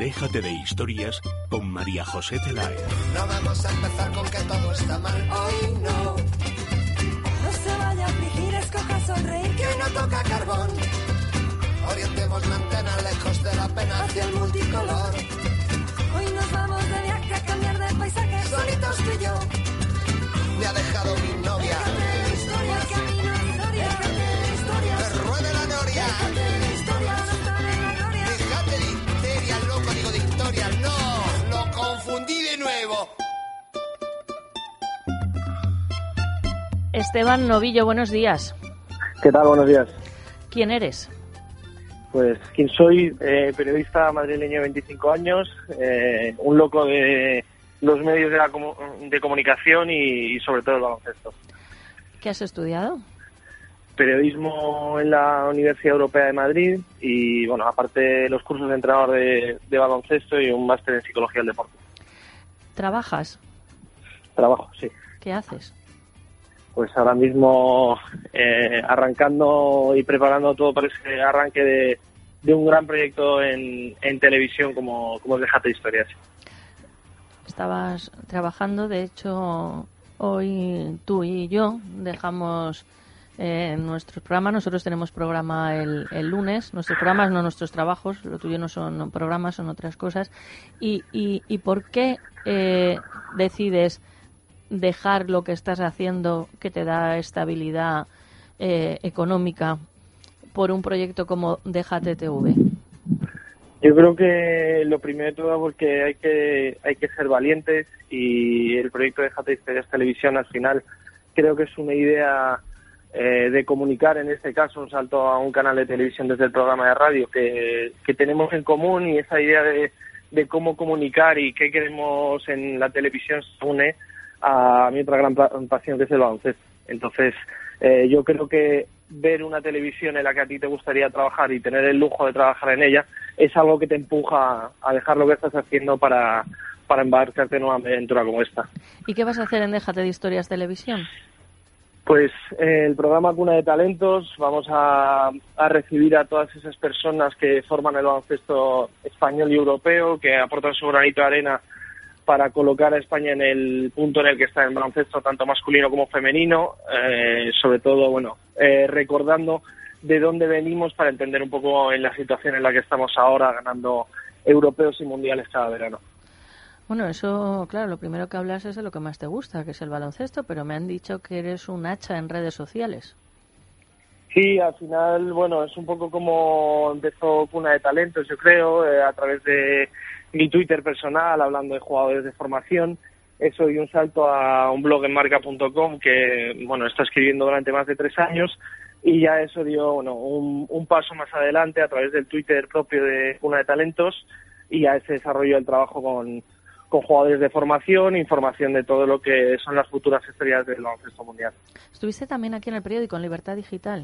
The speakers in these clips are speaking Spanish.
Déjate de historias con María José Celáez. No vamos a empezar con que todo está mal. Hoy no. No se vaya a afligir, escoja sonreír, que hoy no toca carbón. Orientemos la antena lejos de la pena hacia el multicolor. Hoy nos vamos de viaje a cambiar de paisaje. Solitos tú y yo. Me ha dejado mi novia. Déjate de historia, camino de gloria. Déjate de historia. Que ruede la noria. Déjate de historia, no estar en la gloria. Déjate de histeria, loco, digo de historia. No, lo confundí de nuevo. Esteban Novillo, buenos días. ¿Qué tal? Buenos días. ¿Quién eres? Pues, ¿quién soy? Periodista madrileño de 25 años, un loco de los medios de comunicación y sobre todo el baloncesto. ¿Qué has estudiado? Periodismo en la Universidad Europea de Madrid y, bueno, aparte los cursos de entrenador de baloncesto y un máster en psicología del deporte. ¿Trabajas? Trabajo, sí. ¿Qué haces? Pues ahora mismo arrancando y preparando todo para ese arranque de un gran proyecto en televisión como es Déjate de Historias. Estabas trabajando, de hecho, hoy tú y yo dejamos nuestros programas. Nosotros tenemos programa el lunes, nuestros programas, no nuestros trabajos, lo tuyo no son programas, son otras cosas. ¿Y por qué decides dejar lo que estás haciendo, que te da estabilidad económica, por un proyecto como Déjate TV? Yo creo que lo primero de todo porque hay que ser valientes y el proyecto Déjate de Historias Televisión al final creo que es una idea de comunicar, en este caso un salto a un canal de televisión desde el programa de radio que tenemos en común, y esa idea de cómo comunicar y qué queremos en la televisión se une a mi otra gran pasión, que es el baloncesto. Entonces, yo creo que ver una televisión en la que a ti te gustaría trabajar y tener el lujo de trabajar en ella es algo que te empuja a dejar lo que estás haciendo para embarcarte en una aventura como esta. ¿Y qué vas a hacer en Déjate de Historias Televisión? Pues el programa Cuna de Talentos, vamos a recibir a todas esas personas que forman el baloncesto español y europeo, que aportan su granito de arena para colocar a España en el punto en el que está el baloncesto, tanto masculino como femenino, sobre todo, bueno, recordando de dónde venimos para entender un poco en la situación en la que estamos ahora, ganando europeos y mundiales cada verano. Bueno, eso, claro, lo primero que hablas es de lo que más te gusta, que es el baloncesto, pero me han dicho que eres un hacha en redes sociales. Sí, al final, bueno, es un poco como empezó Cuna de Talentos, yo creo, a través de mi Twitter personal, hablando de jugadores de formación. Eso y un salto a un blog en marca.com que, bueno, está escribiendo durante más de 3 años, y ya eso dio, bueno, un paso más adelante a través del Twitter propio de Cuna de Talentos, y ya se desarrolló el trabajo con jugadores de formación, información de todo lo que son las futuras estrellas del baloncesto mundial. Estuviste también aquí en el periódico, en Libertad Digital.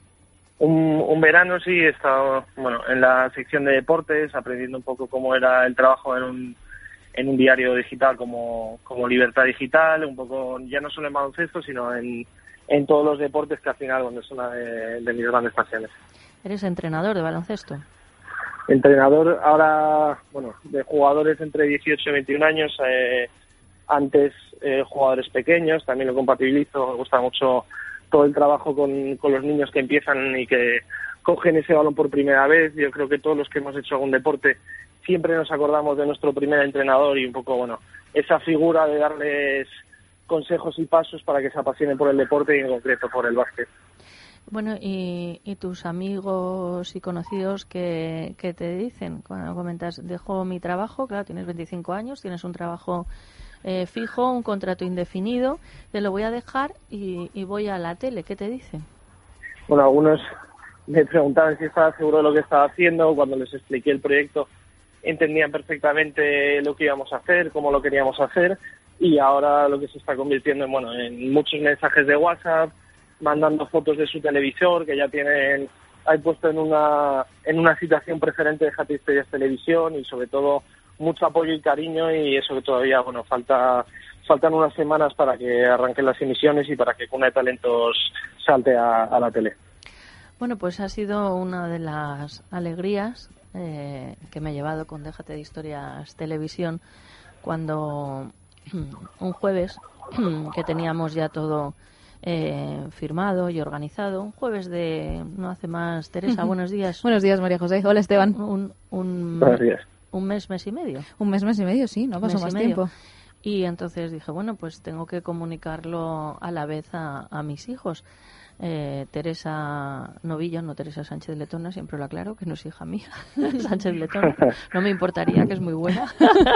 Un verano sí, he estado, bueno, en la sección de deportes, aprendiendo un poco cómo era el trabajo en un diario digital como Libertad Digital, un poco ya no solo en baloncesto, sino en todos los deportes, que al final, bueno, es una de mis grandes pasiones. ¿Eres entrenador de baloncesto? Entrenador ahora, bueno, de jugadores entre 18 y 21 años, antes jugadores pequeños, también lo compatibilizo, me gusta mucho todo el trabajo con los niños que empiezan y que cogen ese balón por primera vez. Yo creo que todos los que hemos hecho algún deporte siempre nos acordamos de nuestro primer entrenador y un poco, bueno, esa figura de darles consejos y pasos para que se apasionen por el deporte y en concreto por el básquet. Bueno, y tus amigos y conocidos, ¿qué te dicen? Cuando comentas, dejo mi trabajo, claro, tienes 25 años, tienes un trabajo fijo, un contrato indefinido, te lo voy a dejar y voy a la tele. ¿Qué te dicen? Bueno, algunos me preguntaban si estaba seguro de lo que estaba haciendo. Cuando les expliqué el proyecto, entendían perfectamente lo que íbamos a hacer, cómo lo queríamos hacer, y ahora lo que se está convirtiendo en muchos mensajes de WhatsApp, mandando fotos de su televisor, que ya tienen ahí puesto en una situación preferente de Déjate de Historias Televisión, y sobre todo mucho apoyo y cariño, y eso que todavía, bueno, faltan unas semanas para que arranquen las emisiones y para que Cuna de Talentos salte a la tele. Bueno, pues ha sido una de las alegrías que me he llevado con Déjate de Historias Televisión, cuando un jueves que teníamos ya todo firmado y organizado, un jueves de no hace más. Teresa, buenos días. Buenos días, María José. Hola, Esteban. Buenos días. Un mes y medio. Un mes y medio, sí, no pasó más tiempo. Y entonces dije, bueno, pues tengo que comunicarlo a la vez a mis hijos. Teresa Novillo, no Teresa Sánchez Letona, siempre lo aclaro, que no es hija mía. Sánchez Letona, no me importaría, que es muy buena.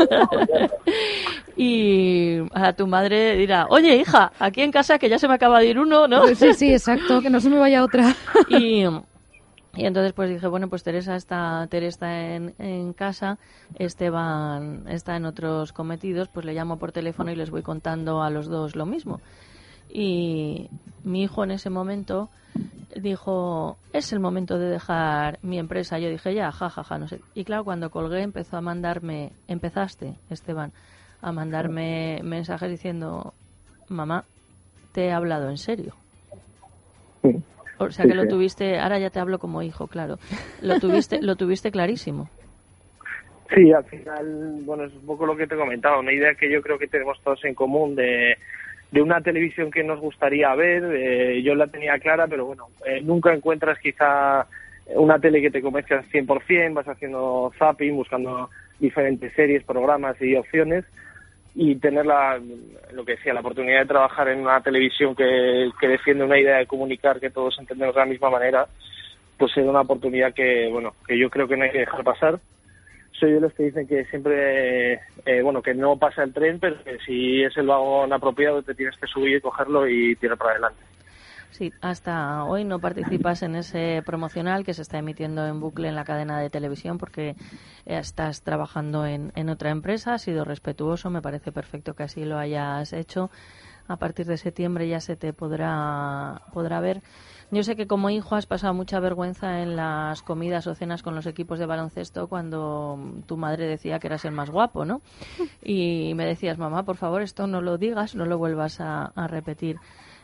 Y a tu madre dirá, oye, hija, aquí en casa que ya se me acaba de ir uno, ¿no? Sí, exacto, que no se me vaya otra. Y entonces pues dije, bueno, pues Teresa está en casa, Esteban está en otros cometidos, pues le llamo por teléfono y les voy contando a los dos lo mismo. Y mi hijo en ese momento dijo, es el momento de dejar mi empresa. Yo dije, ya, jajaja, no sé. Y claro, cuando colgué empezaste, Esteban, a mandarme mensajes diciendo, mamá, te he hablado en serio. Sí. O sea que lo tuviste, ahora ya te hablo como hijo, claro. Lo tuviste clarísimo. Sí, al final, bueno, es un poco lo que te he comentado, una idea que yo creo que tenemos todos en común de una televisión que nos gustaría ver. Yo la tenía clara, pero bueno, nunca encuentras quizá una tele que te convence al 100%, vas haciendo zapping, buscando diferentes series, programas y opciones, y tener lo que decía, la oportunidad de trabajar en una televisión que defiende una idea de comunicar que todos entendemos de la misma manera, pues es una oportunidad que yo creo que no hay que dejar pasar. Soy de los que dicen que siempre, que no pasa el tren, pero que si es el vagón apropiado te tienes que subir, cogerlo y tirar para adelante. Sí, hasta hoy no participas en ese promocional que se está emitiendo en bucle en la cadena de televisión porque estás trabajando en otra empresa, has sido respetuoso, me parece perfecto que así lo hayas hecho. A partir de septiembre ya se te podrá ver. Yo sé que como hijo has pasado mucha vergüenza en las comidas o cenas con los equipos de baloncesto cuando tu madre decía que eras el más guapo, ¿no? Y me decías, mamá, por favor, esto no lo digas, no lo vuelvas a repetir.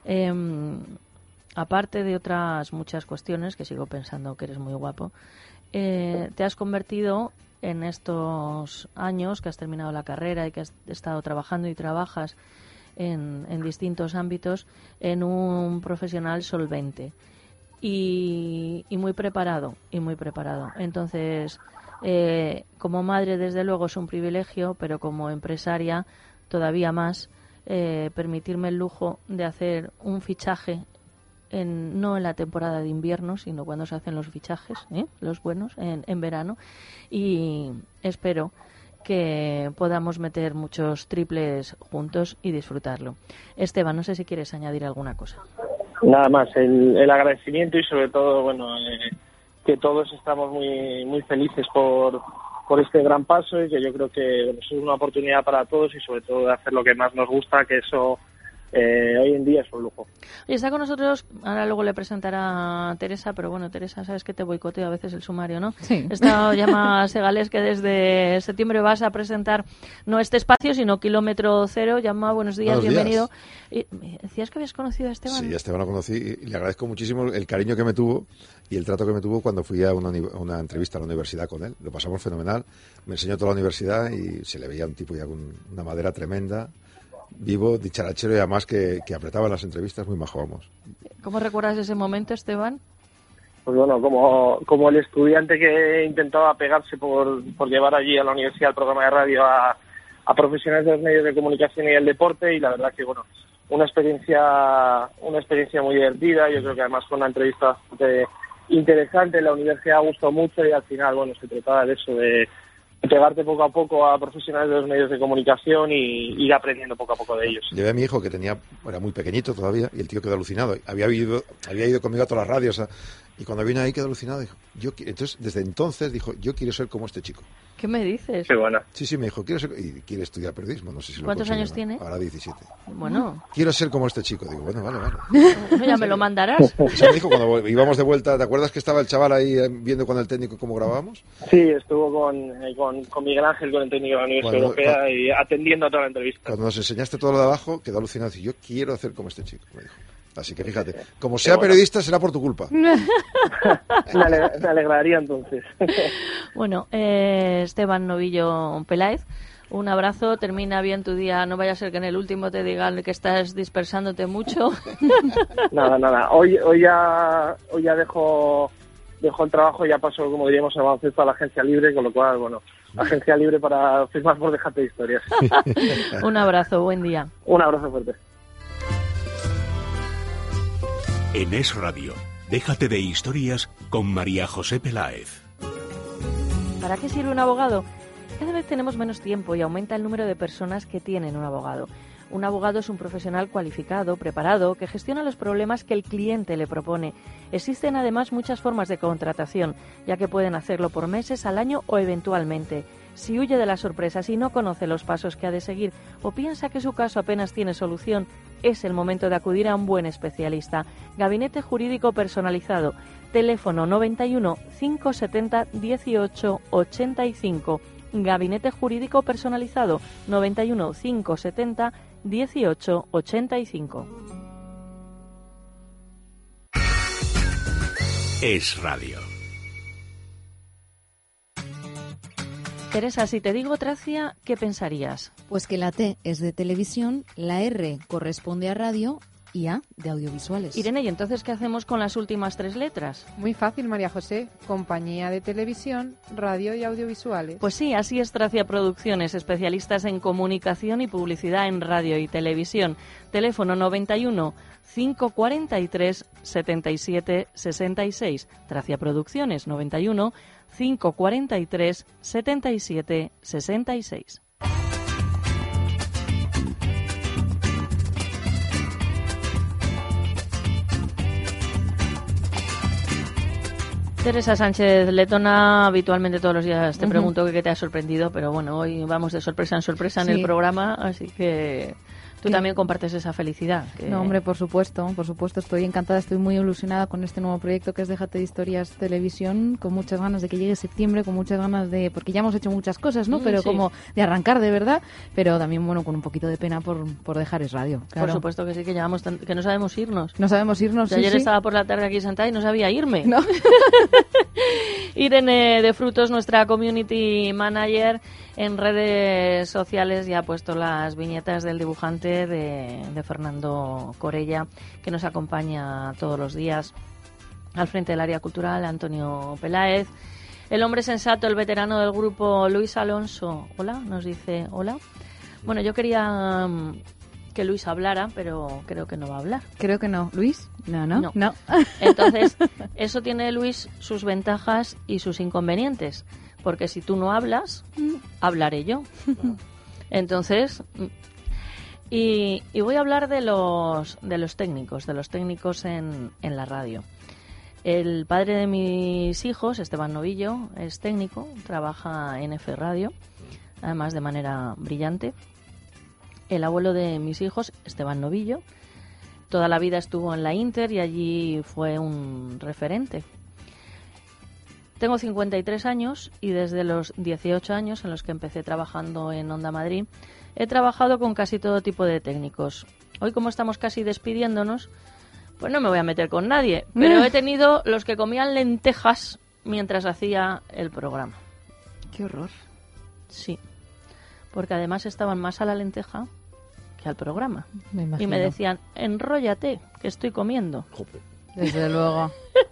Aparte de otras muchas cuestiones, que sigo pensando que eres muy guapo, te has convertido en estos años que has terminado la carrera y que has estado trabajando y trabajas en distintos ámbitos, en un profesional solvente y muy preparado. Entonces, como madre, desde luego, es un privilegio, pero como empresaria, todavía más, permitirme el lujo de hacer un fichaje no en la temporada de invierno, sino cuando se hacen los fichajes, los buenos, en verano, y espero que podamos meter muchos triples juntos y disfrutarlo. Esteban, no sé si quieres añadir alguna cosa. Nada más, el agradecimiento y sobre todo, que todos estamos muy muy felices por este gran paso y que yo creo que es una oportunidad para todos y sobre todo de hacer lo que más nos gusta, que eso hoy en día es un lujo. Y está con nosotros, ahora luego le presentará a Teresa, pero bueno, Teresa, sabes que te boicoteo a veces el sumario, ¿no? Sí. Está Llama Segales, que desde septiembre vas a presentar no este espacio, sino Kilómetro Cero. Llama, buenos días, bienvenido. Y ¿decías que habías conocido a Esteban? Sí, a Esteban lo conocí y le agradezco muchísimo el cariño que me tuvo y el trato que me tuvo cuando fui a una entrevista a la universidad con él. Lo pasamos fenomenal, me enseñó toda la universidad y se le veía un tipo ya con una madera tremenda, vivo, dicharachero y además que apretaba las entrevistas, muy majo, vamos. ¿Cómo recuerdas ese momento, Esteban? Pues bueno, como el estudiante que intentaba pegarse por llevar allí a la universidad el programa de radio a profesionales de los medios de comunicación y el deporte, y la verdad que una experiencia muy divertida. Yo creo que además fue una entrevista bastante interesante, la universidad gustó mucho y al final se trataba de eso, de pegarte poco a poco a profesionales de los medios de comunicación y ir aprendiendo poco a poco de ellos. Llevé a mi hijo, que era muy pequeñito todavía, y el tío quedó alucinado. Había ido conmigo a todas las radios, y cuando vino ahí quedó alucinado. Dijo, entonces, desde entonces dijo, yo quiero ser como este chico. ¿Qué me dices? Qué buena. Sí, me dijo, quiero ser... Y quiere estudiar periodismo, no sé si lo ¿Cuántos años tiene? Ahora 17. Bueno. Quiero ser como este chico. Digo, bueno, vale. Bueno, ya me lo mandarás. Eso me dijo cuando íbamos de vuelta. ¿Te acuerdas que estaba el chaval ahí viendo con el técnico cómo grabábamos? Sí, estuvo con Miguel Ángel, con el técnico de la Universidad Europea, y atendiendo a toda la entrevista. Cuando nos enseñaste todo lo de abajo, quedó alucinado. Y yo quiero hacer como este chico, me dijo. Así que fíjate, como sea periodista será por tu culpa. Me alegraría entonces. Bueno, Esteban Novillo Peláez, un abrazo, termina bien tu día, no vaya a ser que en el último te digan que estás dispersándote mucho. Nada, hoy ya dejo el trabajo y ya paso, como diríamos, en baloncesto a la agencia libre, con lo cual, bueno, agencia libre para firmar por Déjate de Historias. Un abrazo, buen día. Un abrazo fuerte. En Es Radio, Déjate de Historias con María José Peláez. ¿Para qué sirve un abogado? Cada vez tenemos menos tiempo y aumenta el número de personas que tienen un abogado. Un abogado es un profesional cualificado, preparado, que gestiona los problemas que el cliente le propone. Existen además muchas formas de contratación, ya que pueden hacerlo por meses, al año o eventualmente. Si huye de las sorpresas y no conoce los pasos que ha de seguir o piensa que su caso apenas tiene solución, es el momento de acudir a un buen especialista. Gabinete Jurídico Personalizado. Teléfono 91 570 18 85. Gabinete Jurídico Personalizado 91 570 18 85. Es Radio. Teresa, si te digo Tracia, ¿qué pensarías? Pues que la T es de televisión, la R corresponde a radio y A de audiovisuales. Irene, ¿y entonces qué hacemos con las últimas 3 letras? Muy fácil, María José. Compañía de televisión, radio y audiovisuales. Pues sí, así es Tracia Producciones, especialistas en comunicación y publicidad en radio y televisión. Teléfono 91 543 77 66. Tracia Producciones 91 543 77 66. Teresa Sánchez Letona, habitualmente todos los días te pregunto qué te ha sorprendido, pero bueno, hoy vamos de sorpresa en sorpresa en el programa, así que tú también compartes esa felicidad. No, hombre, por supuesto, estoy encantada, estoy muy ilusionada con este nuevo proyecto que es Déjate de Historias Televisión, con muchas ganas de que llegue septiembre, con muchas ganas de, porque ya hemos hecho muchas cosas, ¿no? Pero como de arrancar de verdad, pero también, bueno, con un poquito de pena por dejar Es Radio. Claro. Por supuesto que sí, que llevamos que no sabemos irnos. No sabemos irnos, sí, ayer estaba por la tarde aquí sentada y no sabía irme. ¿No? Irene de Frutos, nuestra community manager, en redes sociales ya ha puesto las viñetas del dibujante de Fernando Corella, que nos acompaña todos los días al frente del área cultural, Antonio Peláez. El hombre sensato, el veterano del grupo, Luis Alonso. Hola, nos dice hola. Bueno, yo quería que Luis hablara, pero creo que no va a hablar. Creo que no. ¿Luis? No. Entonces, eso tiene, Luis, sus ventajas y sus inconvenientes. Porque si tú no hablas, hablaré yo. Entonces, y voy a hablar de los técnicos en la radio. El padre de mis hijos, Esteban Novillo, es técnico, trabaja en F Radio, además de manera brillante. El abuelo de mis hijos, Esteban Novillo, toda la vida estuvo en la Inter y allí fue un referente. Tengo 53 años y desde los 18 años en los que empecé trabajando en Onda Madrid, he trabajado con casi todo tipo de técnicos. Hoy, como estamos casi despidiéndonos, pues no me voy a meter con nadie, pero he tenido los que comían lentejas mientras hacía el programa. ¡Qué horror! Sí, porque además estaban más a la lenteja que al programa. Me imagino. Y me decían, enróllate, que estoy comiendo. Jope. Desde luego.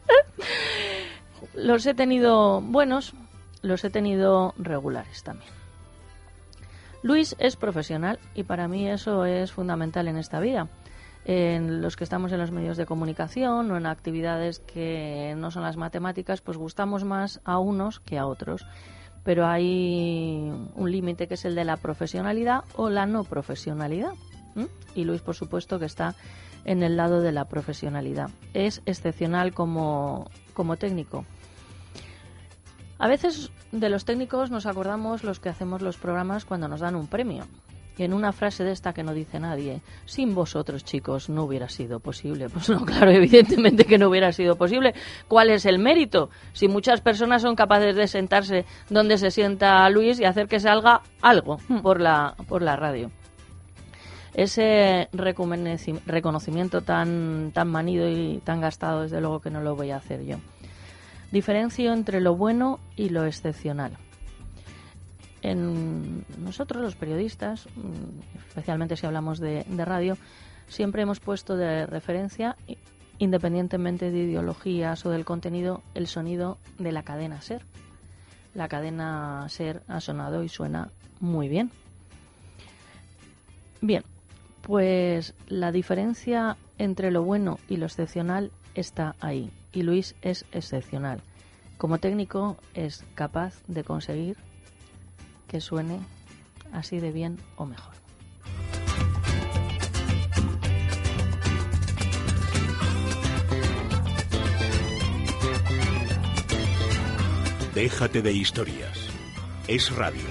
Los he tenido buenos, los he tenido regulares también. Luis es profesional y para mí eso es fundamental en esta vida. En los que estamos en los medios de comunicación o en actividades que no son las matemáticas, pues gustamos más a unos que a otros. Pero hay un límite que es el de la profesionalidad o la no profesionalidad. Y Luis, por supuesto, que está en el lado de la profesionalidad. Es excepcional como técnico. A veces de los técnicos nos acordamos los que hacemos los programas cuando nos dan un premio. Y en una frase de esta que no dice nadie, sin vosotros, chicos, no hubiera sido posible. Pues no, claro, evidentemente que no hubiera sido posible. ¿Cuál es el mérito? Si muchas personas son capaces de sentarse donde se sienta Luis y hacer que salga algo por la radio. Ese reconocimiento tan manido y tan gastado, desde luego que no lo voy a hacer yo. Diferencio entre lo bueno y lo excepcional. En nosotros, los periodistas, especialmente si hablamos de radio, siempre hemos puesto de referencia, independientemente de ideologías o del contenido, el sonido de la cadena SER. La cadena SER ha sonado y suena muy bien. Bien, pues la diferencia entre lo bueno y lo excepcional está ahí. Y Luis es excepcional. Como técnico es capaz de conseguir que suene así de bien o mejor. Déjate de historias. Es radio.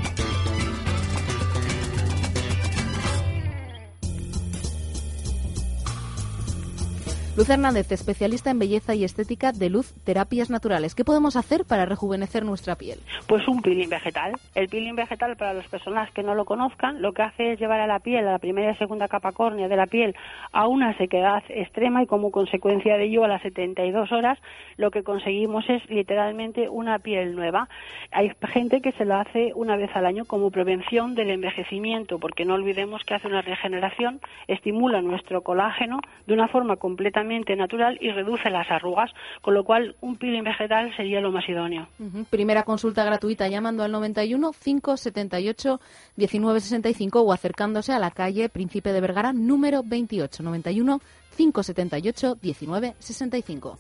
Luz Hernández, especialista en belleza y estética de Luz Terapias Naturales. ¿Qué podemos hacer para rejuvenecer nuestra piel? Pues un peeling vegetal. El peeling vegetal, para las personas que no lo conozcan, lo que hace es llevar a la piel, a la primera y segunda capa córnea de la piel, a una sequedad extrema, y como consecuencia de ello, a las 72 horas, lo que conseguimos es literalmente una piel nueva. Hay gente que se lo hace una vez al año como prevención del envejecimiento, porque no olvidemos que hace una regeneración, estimula nuestro colágeno de una forma completamente natural y reduce las arrugas, con lo cual un peeling vegetal sería lo más idóneo. Primera consulta gratuita llamando al 91 578 1965 o acercándose a la calle Príncipe de Vergara número 28, 91 578 1965.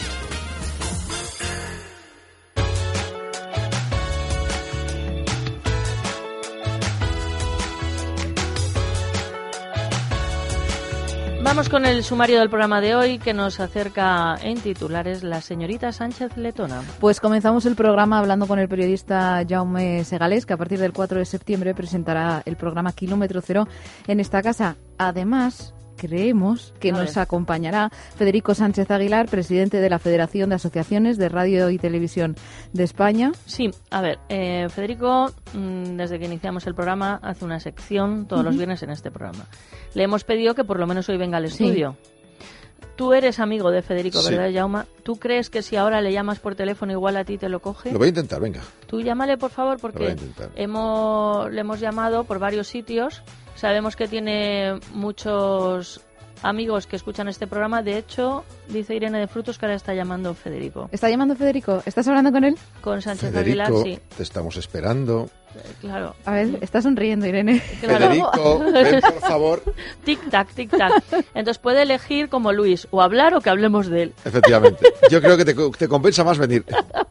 Vamos con el sumario del programa de hoy, que nos acerca en titulares la señorita Sánchez Letona. Pues comenzamos el programa hablando con el periodista Jaume Segales, que a partir del 4 de septiembre presentará el programa Kilómetro Cero en esta casa. Además, creemos que nos acompañará Federico Sánchez Aguilar, presidente de la Federación de Asociaciones de Radio y Televisión de España. Sí, a ver, Federico, desde que iniciamos el programa, hace una sección todos los viernes en este programa. Le hemos pedido que por lo menos hoy venga al estudio. Tú eres amigo de Federico, ¿verdad, Jaume? ¿Tú crees que si ahora le llamas por teléfono igual a ti te lo coge? Lo voy a intentar, venga. Tú llámale, por favor, porque le hemos llamado por varios sitios. Sabemos que tiene muchos amigos que escuchan este programa. De hecho, dice Irene de Frutos que ahora está llamando Federico. ¿Está llamando Federico? ¿Estás hablando con él? Con Sánchez Federico, Aguilar, sí. Te estamos esperando. Claro. A ver, está sonriendo, Irene. Claro. Federico, ven, por favor. Tic-tac, tic-tac. Entonces puede elegir como Luis, o hablar o que hablemos de él. Efectivamente. Yo creo que te compensa más venir.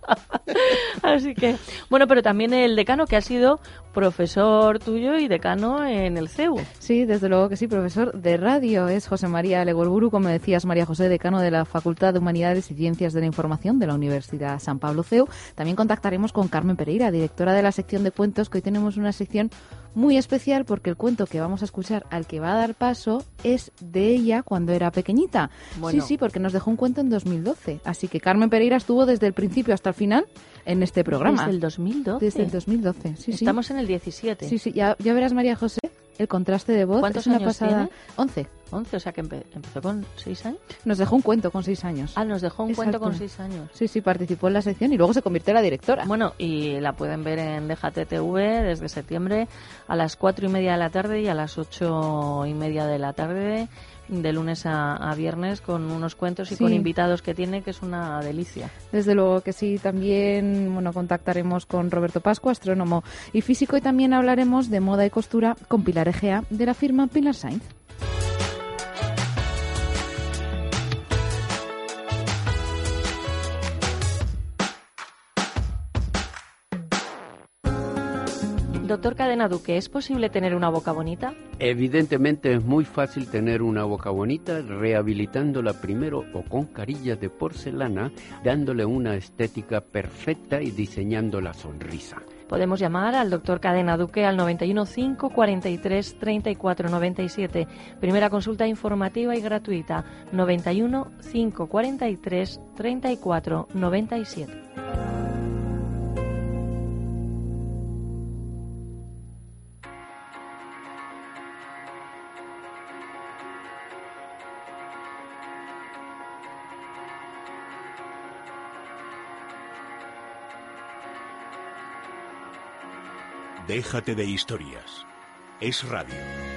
Así que, bueno, pero también el decano, que ha sido profesor tuyo y decano en el CEU. Sí, desde luego que sí, profesor de radio. Es José María Legorburu, como decías, María José, decano de la Facultad de Humanidades y Ciencias de la Información de la Universidad San Pablo CEU. También contactaremos con Carmen Pereira, directora de la sección de cuentos, que hoy tenemos una sección muy especial porque el cuento que vamos a escuchar, al que va a dar paso, es de ella cuando era pequeñita. Bueno. Sí, porque nos dejó un cuento en 2012. Así que Carmen Pereira estuvo desde el principio hasta el final en este programa. ¿Desde el 2012? Desde el 2012, sí. Estamos en el 17. Sí, ya verás, María José, el contraste de voz. ¿Cuántos es una años pasada. tiene? 11. 11, o sea que empezó con 6 años. Nos dejó un cuento con 6 años. Ah, nos dejó un Exacto. cuento con 6 años. Sí, participó en la sección y luego se convirtió en la directora. Bueno, y la pueden ver en Déjate TV desde septiembre a las 4:30 de la tarde y a las 8:30 de la tarde, de lunes a viernes, con unos cuentos y con invitados que tiene, que es una delicia. Desde luego que sí. También contactaremos con Roberto Pascua, astrónomo y físico, y también hablaremos de moda y costura con Pilar Egea, de la firma Pilar Sainz. Doctor Cadena Duque, ¿es posible tener una boca bonita? Evidentemente es muy fácil tener una boca bonita rehabilitándola primero o con carillas de porcelana, dándole una estética perfecta y diseñando la sonrisa. Podemos llamar al doctor Cadena Duque al 91 5 43 34 97. Primera consulta informativa y gratuita, 91 5 43 34 97. Déjate de historias. Es Radio.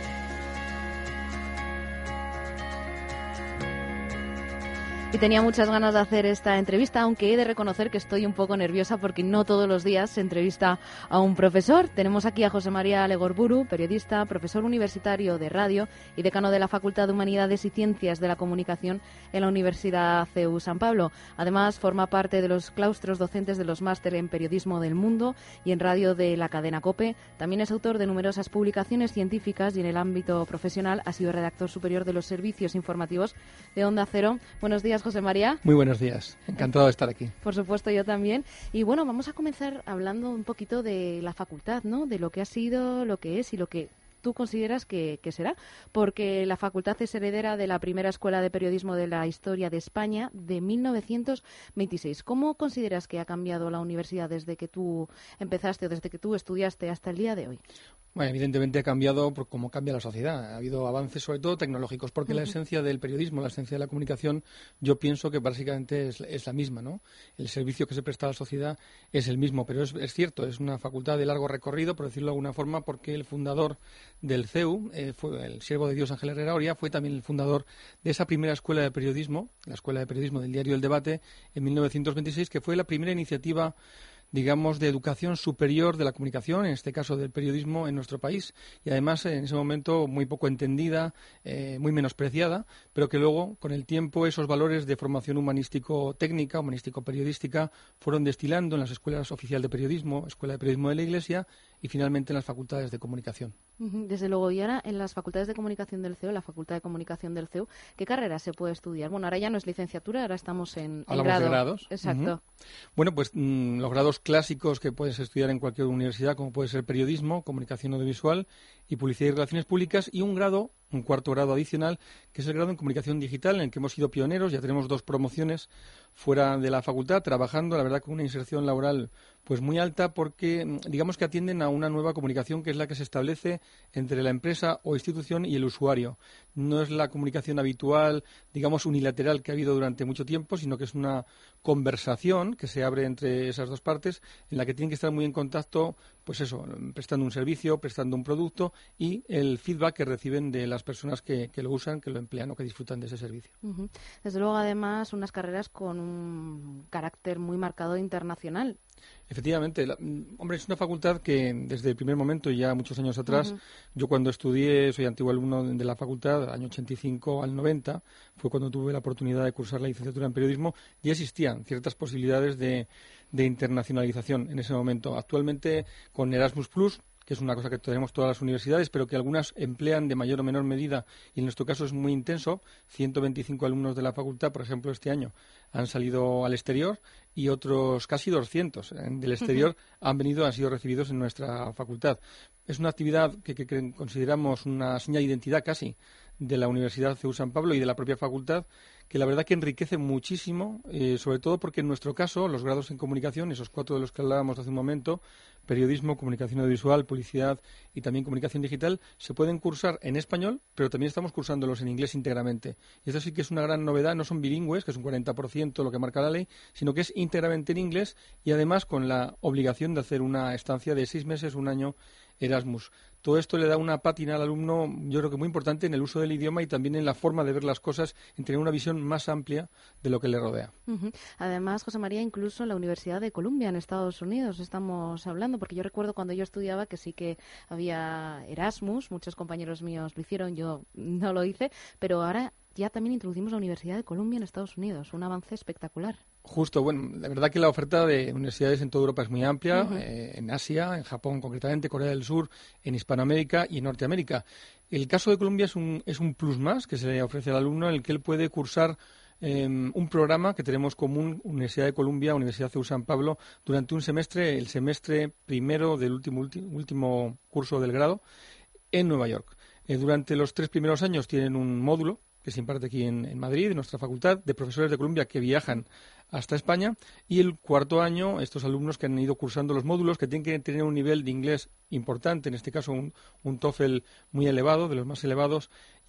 Y tenía muchas ganas de hacer esta entrevista, aunque he de reconocer que estoy un poco nerviosa porque no todos los días se entrevista a un profesor. Tenemos aquí a José María Legorburu, periodista, profesor universitario de radio y decano de la Facultad de Humanidades y Ciencias de la Comunicación en la Universidad CEU San Pablo. Además, forma parte de los claustros docentes de los máster en Periodismo del Mundo y en Radio de la cadena COPE. También es autor de numerosas publicaciones científicas y en el ámbito profesional ha sido redactor superior de los servicios informativos de Onda Cero. Buenos días, José María. Muy buenos días, encantado de estar aquí. Por supuesto, yo también. Y bueno, vamos a comenzar hablando un poquito de la facultad, ¿no? De lo que ha sido, lo que es y lo que tú consideras que será, porque la facultad es heredera de la primera escuela de periodismo de la historia de España de 1926. ¿Cómo consideras que ha cambiado la universidad desde que tú empezaste o desde que tú estudiaste hasta el día de hoy? Bueno, evidentemente ha cambiado por cómo cambia la sociedad. Ha habido avances, sobre todo tecnológicos, porque la esencia del periodismo, la esencia de la comunicación, yo pienso que básicamente es la misma, ¿no? El servicio que se presta a la sociedad es el mismo, pero es cierto, es una facultad de largo recorrido, por decirlo de alguna forma, porque el fundador del CEU, fue el siervo de Dios Ángel Herrera Oria, fue también el fundador de esa primera escuela de periodismo, la Escuela de Periodismo del diario El Debate, en 1926, que fue la primera iniciativa, digamos, de educación superior de la comunicación, en este caso del periodismo en nuestro país, y además en ese momento muy poco entendida, muy menospreciada, pero que luego, con el tiempo, esos valores de formación humanístico-técnica, humanístico-periodística, fueron destilando en las escuelas oficial de periodismo, Escuela de Periodismo de la Iglesia, y finalmente en las facultades de comunicación. Desde luego, y ahora en las facultades de comunicación del CEU, la Facultad de Comunicación del CEU, ¿qué carrera se puede estudiar? Bueno, ahora ya no es licenciatura, ahora estamos en grado. De grados. Exacto. Bueno, pues los grados clásicos que puedes estudiar en cualquier universidad, como puede ser periodismo, comunicación audiovisual y publicidad y relaciones públicas, y un cuarto grado adicional, que es el grado en comunicación digital, en el que hemos sido pioneros. Ya tenemos 2 promociones fuera de la facultad, trabajando, la verdad, con una inserción laboral pues muy alta, porque digamos que atienden a una nueva comunicación que es la que se establece entre la empresa o institución y el usuario. No es la comunicación habitual, digamos, unilateral que ha habido durante mucho tiempo, sino que es una conversación que se abre entre esas dos partes, en la que tienen que estar muy en contacto, pues eso, prestando un servicio, prestando un producto y el feedback que reciben de las personas que lo usan, que lo emplean o que disfrutan de ese servicio. Desde luego, además, unas carreras con un carácter muy marcado internacional. Efectivamente, hombre, es una facultad que desde el primer momento, ya muchos años atrás, yo cuando estudié, soy antiguo alumno de la facultad, año 85 al 90, fue cuando tuve la oportunidad de cursar la licenciatura en periodismo, ya existían ciertas posibilidades de internacionalización en ese momento. Actualmente, con Erasmus+, que es una cosa que tenemos todas las universidades, pero que algunas emplean de mayor o menor medida, y en nuestro caso es muy intenso. 125 alumnos de la facultad, por ejemplo, este año han salido al exterior, y otros casi 200 del exterior han sido recibidos en nuestra facultad. Es una actividad que consideramos una seña de identidad casi de la Universidad CEU San Pablo y de la propia facultad, que la verdad que enriquece muchísimo, sobre todo porque en nuestro caso los grados en comunicación, esos 4 de los que hablábamos hace un momento, periodismo, comunicación audiovisual, publicidad y también comunicación digital, se pueden cursar en español, pero también estamos cursándolos en inglés íntegramente. Y esto sí que es una gran novedad, no son bilingües, que es un 40% lo que marca la ley, sino que es íntegramente en inglés y además con la obligación de hacer una estancia de 6 meses, un año Erasmus. Todo esto le da una pátina al alumno, yo creo que muy importante en el uso del idioma y también en la forma de ver las cosas, en tener una visión más amplia de lo que le rodea. Además, José María, incluso en la Universidad de Columbia, en Estados Unidos, estamos hablando, porque yo recuerdo cuando yo estudiaba que sí que había Erasmus, muchos compañeros míos lo hicieron, yo no lo hice, pero ahora ya también introducimos la Universidad de Columbia en Estados Unidos, un avance espectacular. Justo, bueno, la verdad que la oferta de universidades en toda Europa es muy amplia, en Asia, en Japón concretamente, Corea del Sur, en Hispanoamérica y en Norteamérica. El caso de Columbia es un plus más que se le ofrece al alumno, en el que él puede cursar un programa que tenemos común, Universidad de Columbia, Universidad CEU San Pablo, durante un semestre, el semestre primero del último curso del grado, en Nueva York. Durante los 3 primeros años tienen un módulo que se imparte aquí en Madrid, en nuestra facultad, de profesores de Columbia que viajan hasta España, y el 4º año estos alumnos que han ido cursando los módulos, que tienen que tener un nivel de inglés importante, en este caso un TOEFL muy elevado, de los más elevados,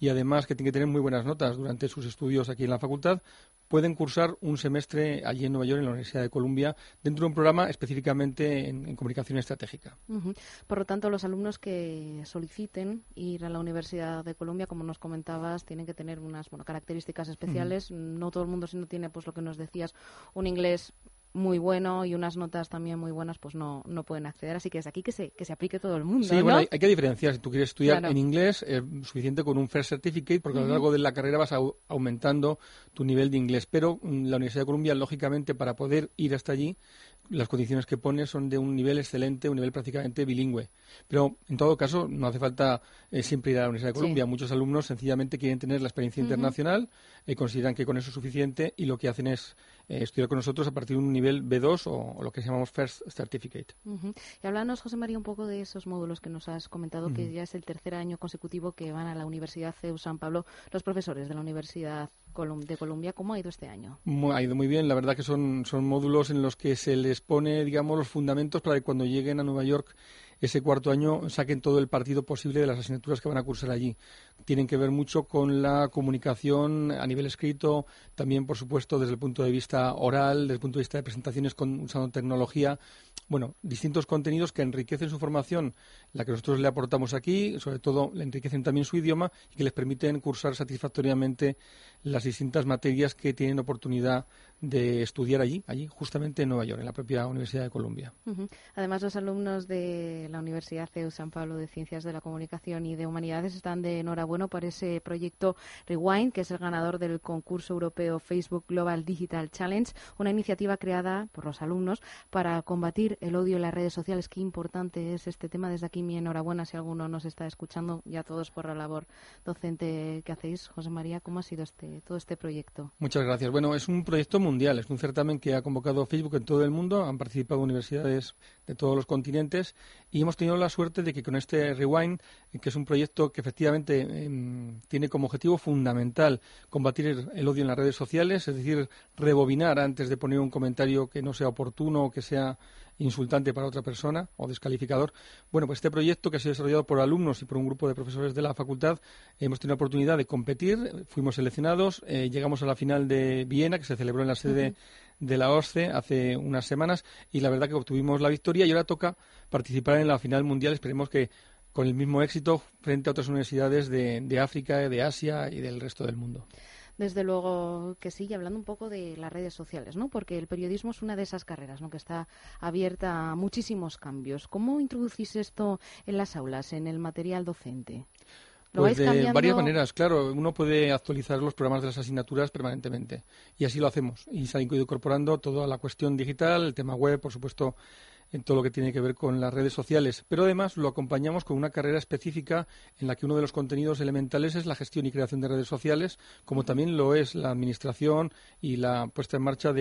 y además que tienen que tener muy buenas notas durante sus estudios aquí en la facultad, pueden cursar un semestre allí en Nueva York, en la Universidad de Columbia, dentro de un programa específicamente en comunicación estratégica. Por lo tanto, los alumnos que soliciten ir a la Universidad de Columbia, como nos comentabas, tienen que tener unas características especiales. No todo el mundo, si no tiene, pues lo que nos decías, un inglés muy bueno y unas notas también muy buenas, pues no pueden acceder. Así que desde aquí que se aplique todo el mundo, Sí, ¿no? bueno, hay que diferenciar. Si tú quieres estudiar en inglés, es suficiente con un First Certificate, porque a lo largo de la carrera vas aumentando tu nivel de inglés. Pero la Universidad de Columbia, lógicamente, para poder ir hasta allí, las condiciones que pone son de un nivel excelente, un nivel prácticamente bilingüe. Pero, en todo caso, no hace falta siempre ir a la Universidad de Columbia. Muchos alumnos sencillamente quieren tener la experiencia internacional, consideran que con eso es suficiente y lo que hacen es estudiar con nosotros a partir de un nivel B2 o lo que llamamos First Certificate. Y háblanos, José María, un poco de esos módulos que nos has comentado, que ya es el tercer año consecutivo que van a la Universidad CEU San Pablo los profesores de la Universidad de Columbia. ¿Cómo ha ido este año? Ha ido muy bien. La verdad que son módulos en los que se les pone, digamos, los fundamentos para que cuando lleguen a Nueva York ese cuarto año saquen todo el partido posible de las asignaturas que van a cursar allí. Tienen que ver mucho con la comunicación a nivel escrito, también, por supuesto, desde el punto de vista oral, desde el punto de vista de presentaciones usando tecnología. Bueno, distintos contenidos que enriquecen su formación, la que nosotros le aportamos aquí, sobre todo le enriquecen también su idioma y que les permiten cursar satisfactoriamente las distintas materias que tienen oportunidad de estudiar allí justamente en Nueva York, en la propia Universidad de Columbia. Además, los alumnos de la Universidad CEU San Pablo de Ciencias de la Comunicación y de Humanidades están de enhorabuena por ese proyecto Rewind, que es el ganador del concurso europeo Facebook Global Digital Challenge, una iniciativa creada por los alumnos para combatir el odio en las redes sociales. Qué importante es este tema. Desde aquí mi enhorabuena si alguno nos está escuchando, ya todos por la labor docente que hacéis. José María, ¿cómo ha sido todo este proyecto? Muchas gracias. Bueno, es un proyecto mundial, es un certamen que ha convocado Facebook en todo el mundo, han participado universidades de todos los continentes y hemos tenido la suerte de que con este Rewind, que es un proyecto que efectivamente tiene como objetivo fundamental combatir el odio en las redes sociales, es decir, rebobinar antes de poner un comentario que no sea oportuno o que sea insultante para otra persona o descalificador. Bueno, pues este proyecto, que ha sido desarrollado por alumnos y por un grupo de profesores de la facultad, hemos tenido la oportunidad de competir, fuimos seleccionados, llegamos a la final de Viena, que se celebró en la sede de la OSCE hace unas semanas, y la verdad que obtuvimos la victoria y ahora toca participar en la final mundial. Esperemos que con el mismo éxito frente a otras universidades de África, de Asia y del resto del mundo. Desde luego que sí, y hablando un poco de las redes sociales, ¿no? Porque el periodismo es una de esas carreras, ¿no?, que está abierta a muchísimos cambios. ¿Cómo introducís esto en las aulas, en el material docente? Pues de varias maneras, claro. Uno puede actualizar los programas de las asignaturas permanentemente y así lo hacemos. Y se ha ido incorporando toda la cuestión digital, el tema web, por supuesto, en todo lo que tiene que ver con las redes sociales. Pero además lo acompañamos con una carrera específica en la que uno de los contenidos elementales es la gestión y creación de redes sociales, como también lo es la administración y la puesta en marcha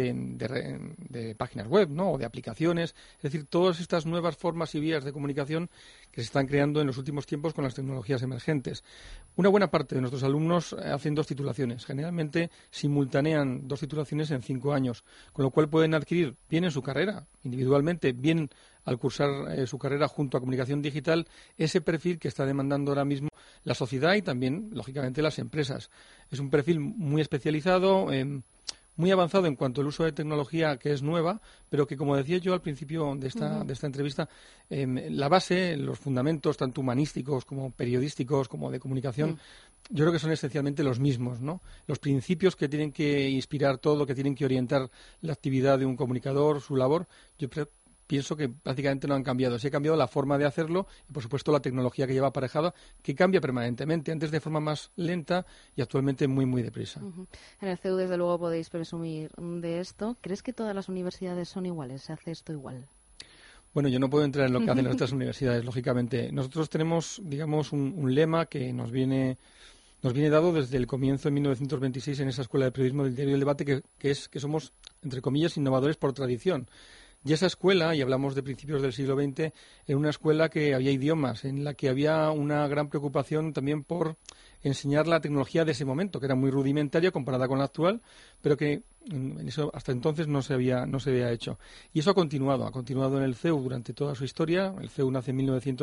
de páginas web, ¿no?, o de aplicaciones. Es decir, todas estas nuevas formas y vías de comunicación que se están creando en los últimos tiempos con las tecnologías emergentes. Una buena parte de nuestros alumnos hacen 2 titulaciones. Generalmente simultanean 2 titulaciones en 5 años, con lo cual pueden adquirir bien en su carrera, individualmente, bien al cursar su carrera junto a comunicación digital, ese perfil que está demandando ahora mismo la sociedad y también, lógicamente, las empresas. Es un perfil muy especializado, muy avanzado en cuanto al uso de tecnología, que es nueva, pero que, como decía yo al principio de esta entrevista, la base, los fundamentos, tanto humanísticos como periodísticos, como de comunicación, yo creo que son esencialmente los mismos, ¿no? Los principios que tienen que inspirar todo, que tienen que orientar la actividad de un comunicador, su labor, yo pienso que prácticamente no han cambiado. Sí ha cambiado la forma de hacerlo y, por supuesto, la tecnología que lleva aparejada, que cambia permanentemente, antes de forma más lenta y actualmente muy, muy deprisa. En el CEU, desde luego, podéis presumir de esto. ¿Crees que todas las universidades son iguales? ¿Se hace esto igual? Bueno, yo no puedo entrar en lo que hacen las otras universidades, lógicamente. Nosotros tenemos, digamos, un lema que nos viene dado desde el comienzo en 1926 en esa Escuela de Periodismo del Diario del Debate, que es que somos, entre comillas, innovadores por tradición. Y esa escuela, y hablamos de principios del siglo XX, era una escuela que había idiomas, en la que había una gran preocupación también por enseñar la tecnología de ese momento, que era muy rudimentaria comparada con la actual, pero que Eso hasta entonces no se había hecho. Y eso ha continuado en el CEU durante toda su historia. El CEU nace en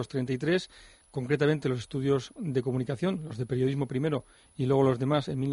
1933, concretamente los estudios de comunicación, los de periodismo primero y luego los demás en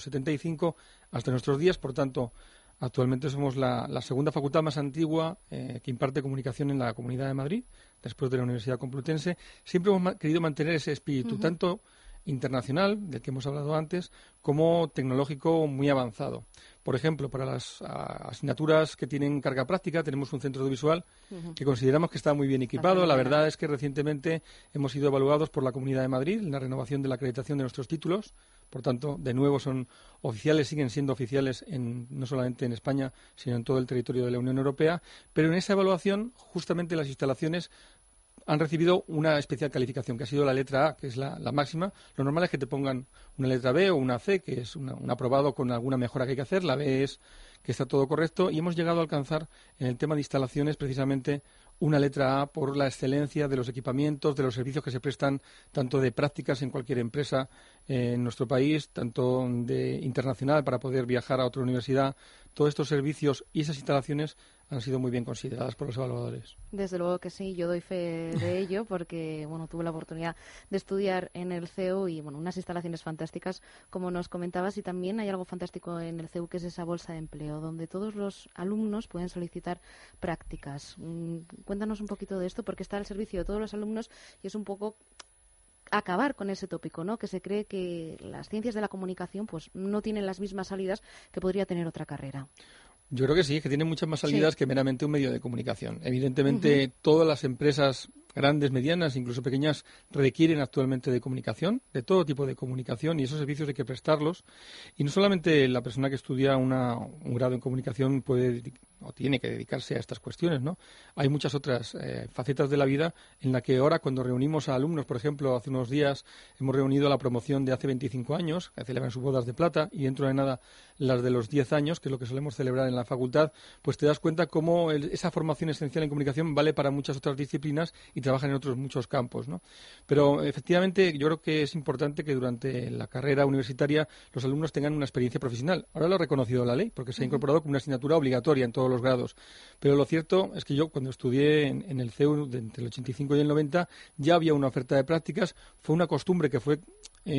1975 hasta nuestros días. Por tanto, actualmente somos la segunda facultad más antigua que imparte comunicación en la Comunidad de Madrid, después de la Universidad Complutense. Siempre hemos querido mantener ese espíritu, tanto internacional, del que hemos hablado antes, como tecnológico muy avanzado. Por ejemplo, para las asignaturas que tienen carga práctica, tenemos un centro audiovisual que consideramos que está muy bien equipado. La verdad es que recientemente hemos sido evaluados por la Comunidad de Madrid en la renovación de la acreditación de nuestros títulos. Por tanto, de nuevo son oficiales, siguen siendo oficiales no solamente en España, sino en todo el territorio de la Unión Europea. Pero en esa evaluación, justamente las instalaciones han recibido una especial calificación, que ha sido la letra A, que es la máxima. Lo normal es que te pongan una letra B o una C, que es un aprobado con alguna mejora que hay que hacer. La B es que está todo correcto. Y hemos llegado a alcanzar, en el tema de instalaciones, precisamente una letra A por la excelencia de los equipamientos, de los servicios que se prestan, tanto de prácticas en cualquier empresa en nuestro país, tanto de internacional para poder viajar a otra universidad. Todos estos servicios y esas instalaciones han sido muy bien consideradas por los evaluadores. Desde luego que sí, yo doy fe de ello porque tuve la oportunidad de estudiar en el CEU y unas instalaciones fantásticas, como nos comentabas, y también hay algo fantástico en el CEU que es esa bolsa de empleo, donde todos los alumnos pueden solicitar prácticas. Cuéntanos un poquito de esto, porque está al servicio de todos los alumnos y es un poco acabar con ese tópico, ¿no? Que se cree que las ciencias de la comunicación pues no tienen las mismas salidas que podría tener otra carrera. Yo creo que sí, que tiene muchas más salidas que meramente un medio de comunicación. Evidentemente, todas las empresas grandes, medianas, incluso pequeñas, requieren actualmente de comunicación, de todo tipo de comunicación, y esos servicios hay que prestarlos. Y no solamente la persona que estudia un grado en comunicación puede o tiene que dedicarse a estas cuestiones, ¿no? Hay muchas otras facetas de la vida en la que ahora, cuando reunimos a alumnos, por ejemplo, hace unos días hemos reunido la promoción de hace 25 años, que celebran sus bodas de plata, y dentro de nada las de los 10 años, que es lo que solemos celebrar en la facultad, pues te das cuenta cómo esa formación esencial en comunicación vale para muchas otras disciplinas y trabajan en otros muchos campos, ¿no? Pero efectivamente yo creo que es importante que durante la carrera universitaria los alumnos tengan una experiencia profesional. Ahora lo ha reconocido la ley, porque se ha incorporado como una asignatura obligatoria en todos los grados. Pero lo cierto es que yo, cuando estudié en el CEU entre el 85 y el 90, ya había una oferta de prácticas. Fue una costumbre que fue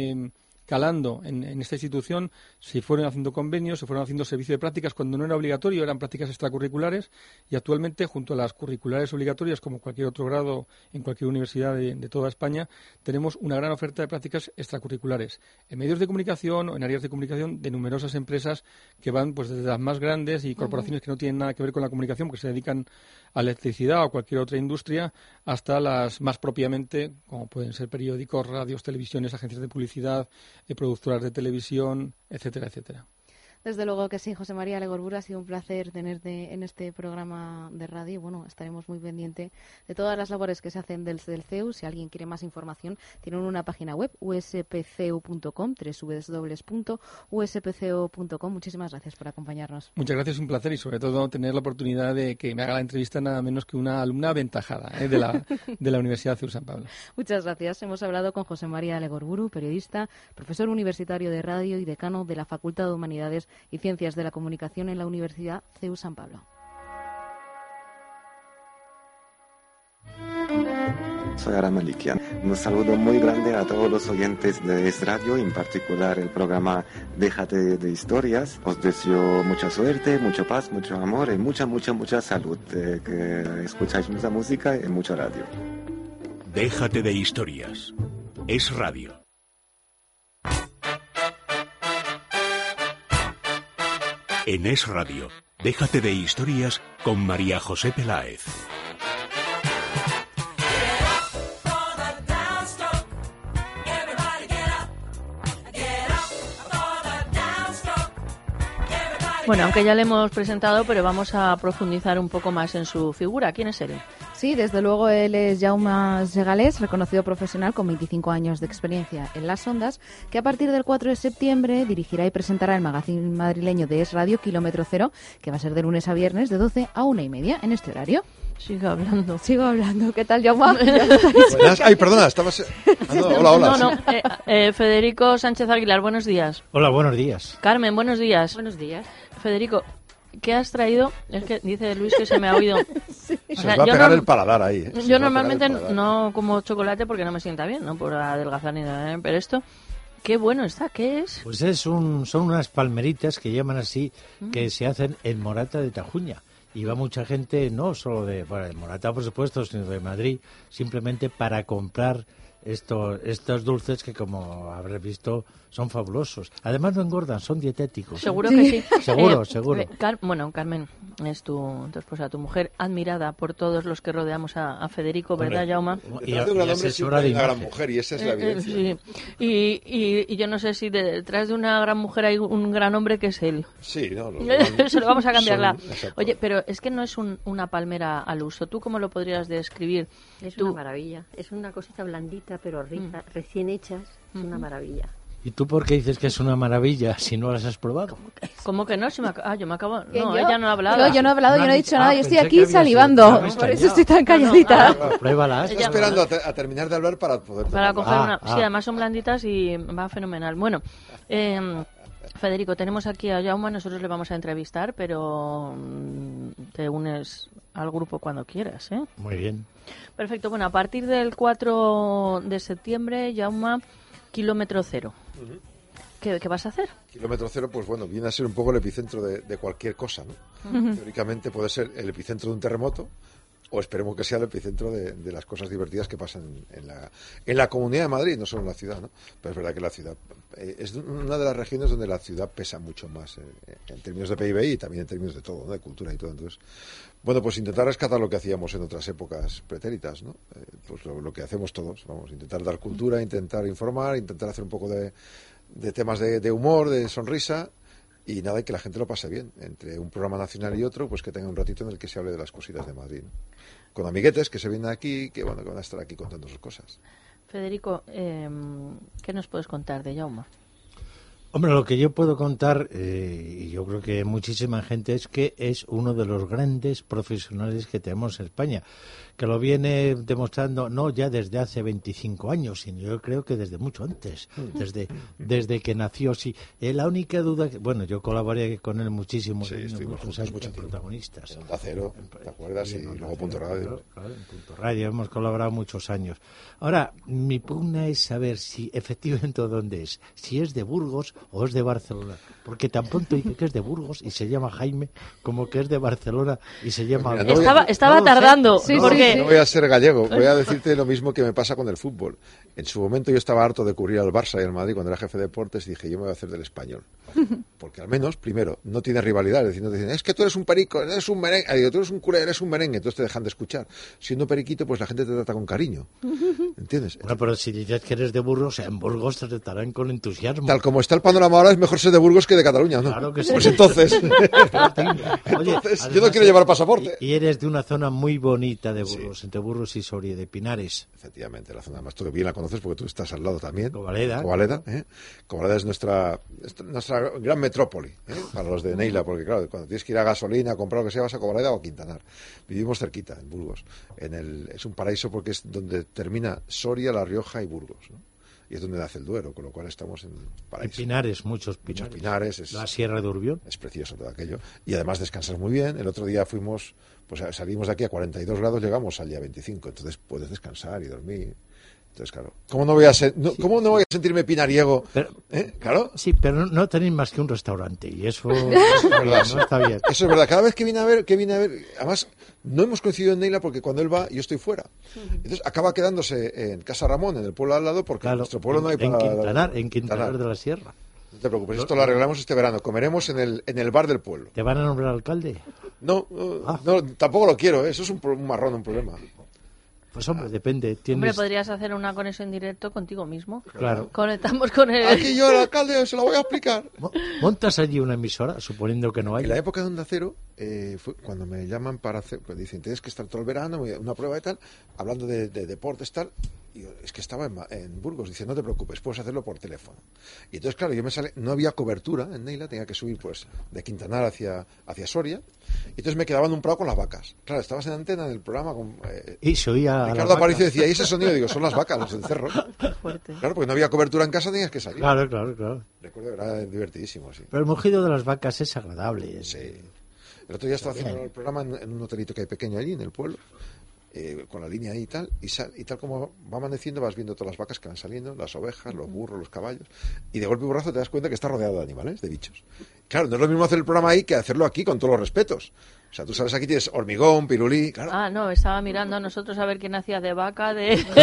calando en esta institución, se fueron haciendo convenios, se fueron haciendo servicios de prácticas cuando no era obligatorio, eran prácticas extracurriculares, y actualmente, junto a las curriculares obligatorias, como cualquier otro grado en cualquier universidad de toda España, tenemos una gran oferta de prácticas extracurriculares en medios de comunicación o en áreas de comunicación de numerosas empresas que van pues desde las más grandes y corporaciones que no tienen nada que ver con la comunicación, porque se dedican a electricidad o cualquier otra industria, hasta las más propiamente, como pueden ser periódicos, radios, televisiones, agencias de publicidad, productoras de televisión, etcétera, etcétera. Desde luego que sí, José María Legorburu, ha sido un placer tenerte en este programa de radio. Bueno, estaremos muy pendientes de todas las labores que se hacen del CEU. Si alguien quiere más información, tienen una página web, uspceu.com, www.uspceu.com. Muchísimas gracias por acompañarnos. Muchas gracias, un placer, y sobre todo tener la oportunidad de que me haga la entrevista nada menos que una alumna aventajada de la Universidad CEU San Pablo. Muchas gracias. Hemos hablado con José María Legorburu, periodista, profesor universitario de radio y decano de la Facultad de Humanidades y Ciencias de la Comunicación en la Universidad CEU San Pablo. Soy Aram Malikian. Un saludo muy grande a todos los oyentes de Es Radio, en particular el programa Déjate de Historias. Os deseo mucha suerte, mucha paz, mucho amor y mucha salud. Que escucháis mucha música y mucha radio. Déjate de Historias. Es Radio. En Es Radio, Déjate de Historias con María José Peláez. Bueno, aunque ya le hemos presentado, pero vamos a profundizar un poco más en su figura. ¿Quién es él? Sí, desde luego él es Jaume Segalés, reconocido profesional con 25 años de experiencia en las ondas, que a partir del 4 de septiembre dirigirá y presentará el magazine madrileño de Es Radio, Kilómetro Cero, que va a ser de lunes a viernes de 12 a 1:30 en este horario. Sigo hablando. ¿Qué tal, Jaume? Ay, perdona, estabas... hola. No. Federico Sánchez Aguilar, buenos días. Hola, buenos días. Carmen, buenos días. Buenos días. Federico, ¿qué has traído? Es que dice Luis que se me ha oído. Sí. Se os va a pegar el paladar ahí. Yo normalmente no como chocolate porque no me sienta bien, no por adelgazar ni nada, pero esto... Qué bueno está, ¿qué es? Pues son unas palmeritas que llaman así, que se hacen en Morata de Tajuña. Y va mucha gente, no solo de Morata, por supuesto, sino de Madrid, simplemente para comprar estos dulces que, como habrás visto, son fabulosos. Además no engordan, son dietéticos. Seguro que sí. Seguro. Carmen, es tu esposa, tu mujer, admirada por todos los que rodeamos a Federico, ¿verdad, Jaume? Y un gran hombre siempre hay una gran mujer, y esa es la evidencia. Sí. Y yo no sé si detrás de una gran mujer hay un gran hombre que es él. Sí, no. Se lo vamos a cambiar. Oye, pero es que no es una palmera al uso. ¿Tú cómo lo podrías describir? Es una maravilla. Es una cosita blandita, pero rica, recién hechas. Es una maravilla. ¿Y tú por qué dices que es una maravilla si no las has probado? ¿Cómo que no? Yo me acabo... No, ella no ha hablado. No, yo no he hablado, yo no he dicho nada. Yo estoy aquí salivando. Por eso estoy tan calladita. Pruébalas. Estoy esperando a terminar de hablar para poder... Para coger una... Sí, además son blanditas y va fenomenal. Bueno, Federico, tenemos aquí a Jaume, nosotros le vamos a entrevistar, pero te unes al grupo cuando quieras, ¿eh? Muy bien. Perfecto. Bueno, a partir del 4 de septiembre, Jaume, kilómetro cero. ¿Qué vas a hacer? Kilómetro cero, pues bueno, viene a ser un poco el epicentro de cualquier cosa, ¿no? Teóricamente puede ser el epicentro de un terremoto, o esperemos que sea el epicentro de las cosas divertidas que pasan en la Comunidad de Madrid, no solo en la ciudad, ¿no? Pero es verdad que la ciudad es una de las regiones donde la ciudad pesa mucho más en términos de PIB y también en términos de todo, ¿no? De cultura y todo. Entonces, bueno, pues intentar rescatar lo que hacíamos en otras épocas pretéritas, ¿no? Pues lo que hacemos todos, vamos, intentar dar cultura, intentar informar, intentar hacer un poco de temas de humor, de sonrisa. Y nada, y que la gente lo pase bien. Entre un programa nacional y otro, pues que tenga un ratito en el que se hable de las cositas de Madrid, ¿no? Con amiguetes que se vienen aquí, que van a estar aquí contando sus cosas. Federico, ¿qué nos puedes contar de Jaume? Hombre, lo que yo puedo contar, y yo creo que muchísima gente, es que es uno de los grandes profesionales que tenemos en España, que lo viene demostrando no ya desde hace 25 años, sino yo creo que desde mucho antes, desde que nació. Sí, la única duda, bueno, yo colaboré con él muchísimo, muchos años protagonistas. En Onda Cero, ¿te acuerdas? Y luego Punto Radio. Claro, en Punto Radio hemos colaborado muchos años. Ahora, mi pugna es saber si efectivamente dónde es, si es de Burgos o es de Barcelona, porque tan pronto dice que es de Burgos y se llama Jaime, como que es de Barcelona y se llama... Mira, estaba tardando, sí, porque... No voy a ser gallego, voy a decirte lo mismo que me pasa con el fútbol. En su momento yo estaba harto de cubrir al Barça y al Madrid cuando era jefe de deportes y dije, yo me voy a hacer del Español. Porque al menos, primero, no tiene rivalidad, es decir, no te dicen, es que tú eres un perico, eres un merengue, digo, tú eres un cura, eres un merengue, entonces te dejan de escuchar. Siendo periquito, pues la gente te trata con cariño, ¿entiendes? Bueno, pero si dices que eres de Burgos, en Burgos te tratarán con entusiasmo. Tal como está el panorama ahora, es mejor ser de Burgos que de Cataluña, ¿no? Claro que sí. Pues entonces, Oye, yo no quiero llevar pasaporte. Y eres de una zona muy bonita de Burgos, sí. Entre Burgos y Soria, de Pinares. Efectivamente, la zona, además tú bien la conoces porque tú estás al lado también. Covaleda. Covaleda es nuestra gran metrópoli, para los de Neila, porque claro, cuando tienes que ir a gasolina, a comprar lo que sea, vas a Covaleda o a Quintanar. Vivimos cerquita, en Burgos. Es un paraíso porque es donde termina Soria, La Rioja y Burgos, ¿no? Y es donde nace el Duero, con lo cual estamos en paraíso. Y Pinares, muchos Pinares. La Sierra de Urbión. Es precioso todo aquello. Y además descansas muy bien. El otro día salimos de aquí a 42 grados, llegamos al día 25. Entonces puedes descansar y dormir. Entonces, claro, ¿cómo no voy a sentirme pinariego? Claro. Sí, pero no tenéis más que un restaurante y eso es verdad, no está bien. Eso es verdad. Cada vez que viene a ver, además no hemos coincidido en Neila porque cuando él va yo estoy fuera. Entonces acaba quedándose en Casa Ramón, en el pueblo al lado, porque en nuestro pueblo no hay para... En Quintanar de la Sierra. No te preocupes, esto lo arreglamos este verano. Comeremos en el bar del pueblo. ¿Te van a nombrar alcalde? No, tampoco lo quiero, eso es un marrón, un problema. Pues hombre, depende. Hombre, podrías hacer una conexión en directo contigo mismo. Claro. Conectamos con él. Aquí yo, el alcalde, se lo voy a explicar. ¿Montas allí una emisora, suponiendo que no hay? En la época de Onda Cero, fue cuando me llaman para hacer, pues dicen, tienes que estar todo el verano, una prueba y tal, hablando de deportes tal, Y yo, es que estaba en Burgos. Dice, no te preocupes, puedes hacerlo por teléfono. Y entonces, claro, no había cobertura en Neila, tenía que subir pues de Quintanar hacia Soria. Y entonces me quedaba en un prado con las vacas. Claro, estabas en antena en el programa con y se oía Ricardo Aparicio decía, ¿y ese sonido? Digo, son las vacas, los del cerro. Fuerte. Claro, porque no había cobertura en casa, tenías que salir. Claro. Recuerdo, era divertidísimo, sí. Pero el mugido de las vacas es agradable. Sí. El otro día estaba haciendo el programa en un hotelito que hay pequeño allí, en el pueblo, con la línea ahí y tal como va amaneciendo vas viendo todas las vacas que van saliendo, las ovejas, los burros, los caballos, y de golpe y borrazo te das cuenta que está rodeado de animales, de bichos. Claro, no es lo mismo hacer el programa ahí que hacerlo aquí con todos los respetos. O sea, tú sabes, aquí tienes hormigón, pirulí, claro. Ah, no, estaba mirando a nosotros a ver quién hacía de vaca,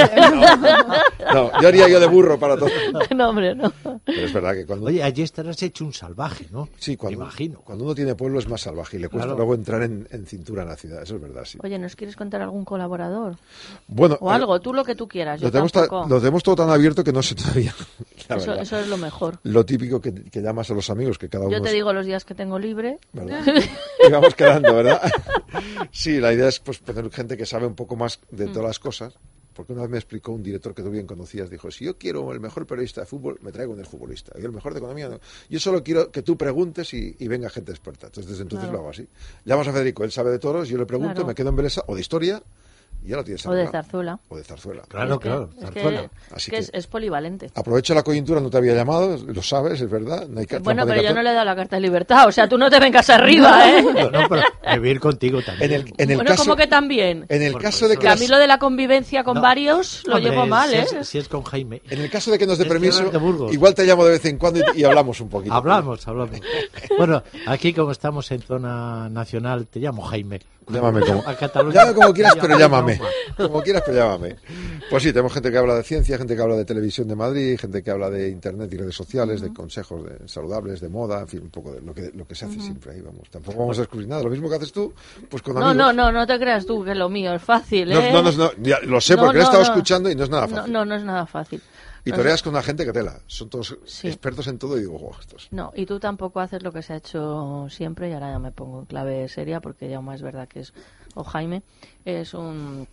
No, yo haría yo de burro para todo. No, hombre, no. Pero es verdad que cuando... Oye, allí estarás hecho un salvaje, ¿no? Sí, me imagino. Cuando uno tiene pueblo es más salvaje y le cuesta luego entrar en cintura en la ciudad, eso es verdad, sí. Oye, ¿nos quieres contar algún colaborador? Bueno, o algo, tú lo que tú quieras, yo lo tenemos todo tan abierto que no sé todavía. Eso es lo mejor. Lo típico que llamas a los amigos, que cada uno... Yo te digo los días que tengo libre. ¿Verdad? Y vamos quedando, ¿verdad? Sí, la idea es pues poner gente que sabe un poco más de todas las cosas, porque una vez me explicó un director que tú bien conocías, dijo, si yo quiero el mejor periodista de fútbol, me traigo un futbolista, y el mejor de economía no. Yo solo quiero que tú preguntes y venga gente experta. Entonces desde entonces lo hago así. Llamas a Federico, él sabe de toros, yo le pregunto, me quedo embelesado, o de historia, y ya lo tienes. O de zarzuela. Claro, zarzuela. Así que es polivalente. Aprovecho la coyuntura, no te había llamado, lo sabes, es verdad. No hay bueno, pero yo no le he dado la carta de libertad, o sea, tú no te vengas arriba, ¿eh? No, pero vivir contigo también. En el caso, ¿cómo que también? En el caso de que... A mí lo de la convivencia con varios lo llevo mal, Si es con Jaime. En el caso de que nos dé permiso, igual te llamo de vez en cuando y hablamos un poquito. Hablamos. Bueno, aquí como estamos en zona nacional, te llamo Jaime. Llámame como quieras, pero llámame. Como quieras, pero llámame. Pues sí, tenemos gente que habla de ciencia, gente que habla de televisión de Madrid, gente que habla de internet y redes sociales, de consejos saludables, de moda, en fin, un poco de lo que se hace siempre ahí, vamos. Tampoco vamos a descubrir nada. Lo mismo que haces tú, pues con amigos. No te creas tú que lo mío es fácil, ¿eh? No, lo sé porque lo he estado escuchando y no es nada fácil. No es nada fácil. Y toreas con una gente que tela. Son todos expertos en todo y digo, estos. No, y tú tampoco haces lo que se ha hecho siempre, y ahora ya me pongo en clave seria, porque ya más es verdad que Jaime es un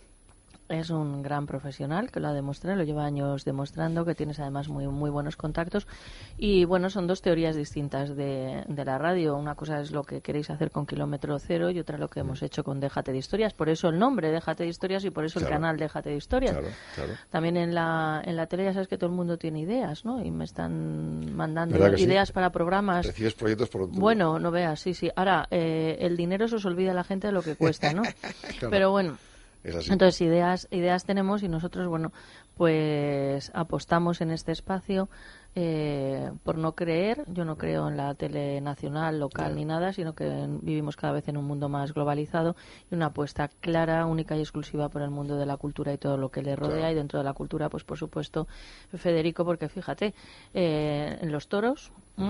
gran profesional que lo ha demostrado, lo lleva años demostrando, que tienes además muy muy buenos contactos. Y bueno, son dos teorías distintas de la radio. Una cosa es lo que queréis hacer con Kilómetro Cero y otra lo que hemos hecho con Déjate de Historias. Por eso el nombre Déjate de Historias y por eso el canal Déjate de Historias. Claro. También en la tele ya sabes que todo el mundo tiene ideas, ¿no? Y me están mandando ideas para programas. Recibes proyectos por un tubo. Bueno, no veas, sí. Ahora, el dinero se os olvida a la gente de lo que cuesta, ¿no? Claro. Pero bueno. Entonces ideas tenemos y nosotros, bueno, pues apostamos en este espacio por no creer, yo no creo en la tele nacional, local ni nada, sino que vivimos cada vez en un mundo más globalizado y una apuesta clara, única y exclusiva por el mundo de la cultura y todo lo que le rodea. Y dentro de la cultura, pues por supuesto, Federico, porque fíjate, en los toros,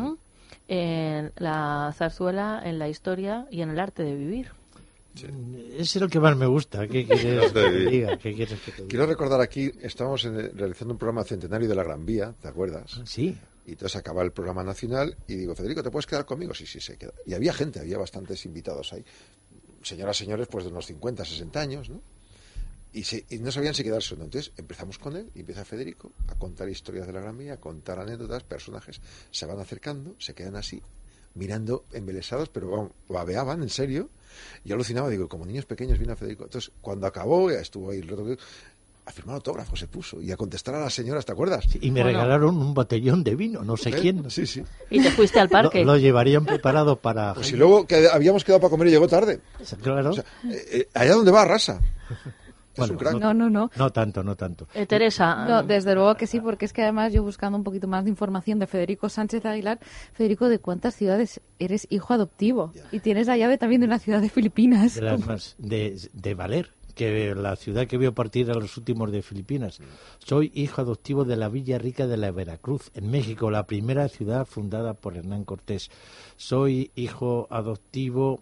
en la zarzuela, en la historia y en el arte de vivir. Sí. Es lo que más me gusta. ¿Qué quieres que te diga? Quiero recordar aquí, estábamos realizando un programa centenario de la Gran Vía, ¿te acuerdas? Sí. Y entonces acaba el programa nacional y digo, Federico, ¿te puedes quedar conmigo? Sí, se queda. Y había gente, había bastantes invitados ahí. Señores, pues de unos 50, 60 años, ¿no? Y no sabían si quedarse o no. Entonces empezamos con él y empieza Federico a contar historias de la Gran Vía, a contar anécdotas, personajes. Se van acercando, se quedan así, mirando embelesados, pero babeaban, en serio. Yo alucinaba, digo, como niños pequeños viene a Federico. Entonces, cuando acabó, ya estuvo ahí el rato, a firmar autógrafos se puso y a contestar a las señoras, ¿te acuerdas? Sí, y me regalaron un botellón de vino, no sé quién. Sí. Y te fuiste al parque. Lo llevarían preparado para... Pues si luego que habíamos quedado para comer y llegó tarde. Claro. O sea, allá donde va, arrasa. Bueno, un crack. No. No tanto. Teresa. No, desde luego que sí, porque es que además yo buscando un poquito más de información de Federico Sánchez Aguilar, Federico, ¿de cuántas ciudades eres hijo adoptivo? Ya. Y tienes la llave también de una ciudad de Filipinas. De Valer, que la ciudad que vio partir a los últimos de Filipinas. Soy hijo adoptivo de la Villa Rica de la Veracruz, en México, la primera ciudad fundada por Hernán Cortés. Soy hijo adoptivo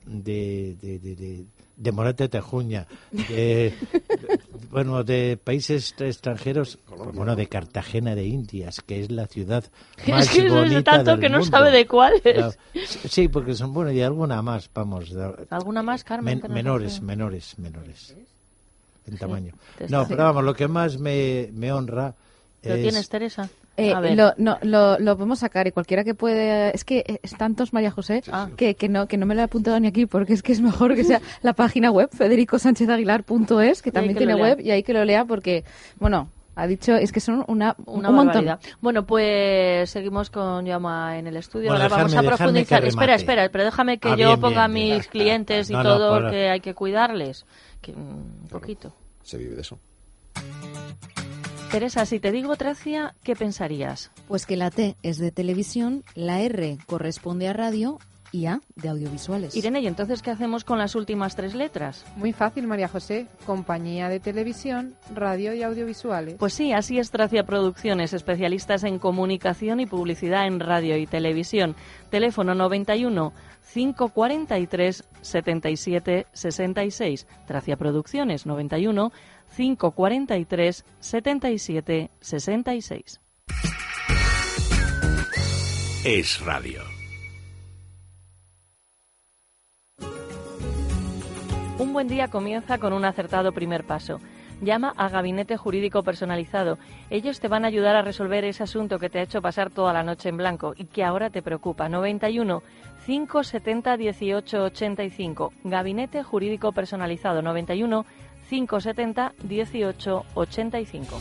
de Morate Tejuña, de países extranjeros, de Cartagena de Indias, que es la ciudad más bonita del mundo. Es que tanto que no sabe de cuál es. Sí, porque son, y alguna más, vamos. ¿Alguna más, Carmen? Menores. en tamaño. No, pero vamos, lo que más me honra ¿Lo tienes, Teresa? Lo podemos sacar y cualquiera que puede... Es que es tantos, María José, que no me lo he apuntado ni aquí, porque es que es mejor que sea la página web, federicosanchezaguilar.es, que también tiene web, y ahí que lo lea porque, bueno... Ha dicho, es que son un montón. Bueno, pues seguimos con Jaume en el estudio. Bueno, ahora vamos a profundizar. Espera, pero déjame que yo ponga a mis clientes y todo, que hay que cuidarles. Un poquito. Se vive de eso. Teresa, si te digo Tracia, ¿qué pensarías? Pues que la T es de televisión, la R corresponde a radio y A de audiovisuales. Irene, ¿y entonces qué hacemos con las últimas 3 letras? Muy fácil, María José. Compañía de televisión, radio y audiovisuales. Pues sí, así es Tracia Producciones, especialistas en comunicación y publicidad en radio y televisión. Teléfono 91 543 77 66. Tracia Producciones 91 543 77 66. Es radio. Un buen día comienza con un acertado primer paso. Llama a Gabinete Jurídico Personalizado. Ellos te van a ayudar a resolver ese asunto que te ha hecho pasar toda la noche en blanco y que ahora te preocupa. 91 570 18 85. Gabinete Jurídico Personalizado. 91 570 18 85.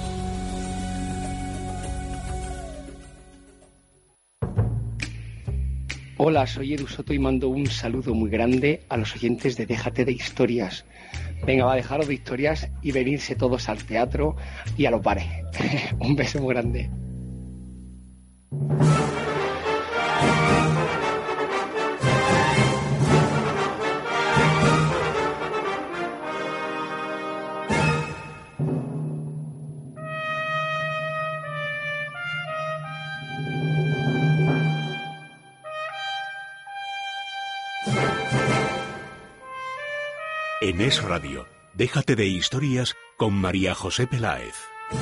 Hola, soy Edu Soto y mando un saludo muy grande a los oyentes de Déjate de Historias. Venga, va a dejaros de historias y venirse todos al teatro y a los bares. Un beso muy grande. En Es Radio, Déjate de Historias con María José Peláez.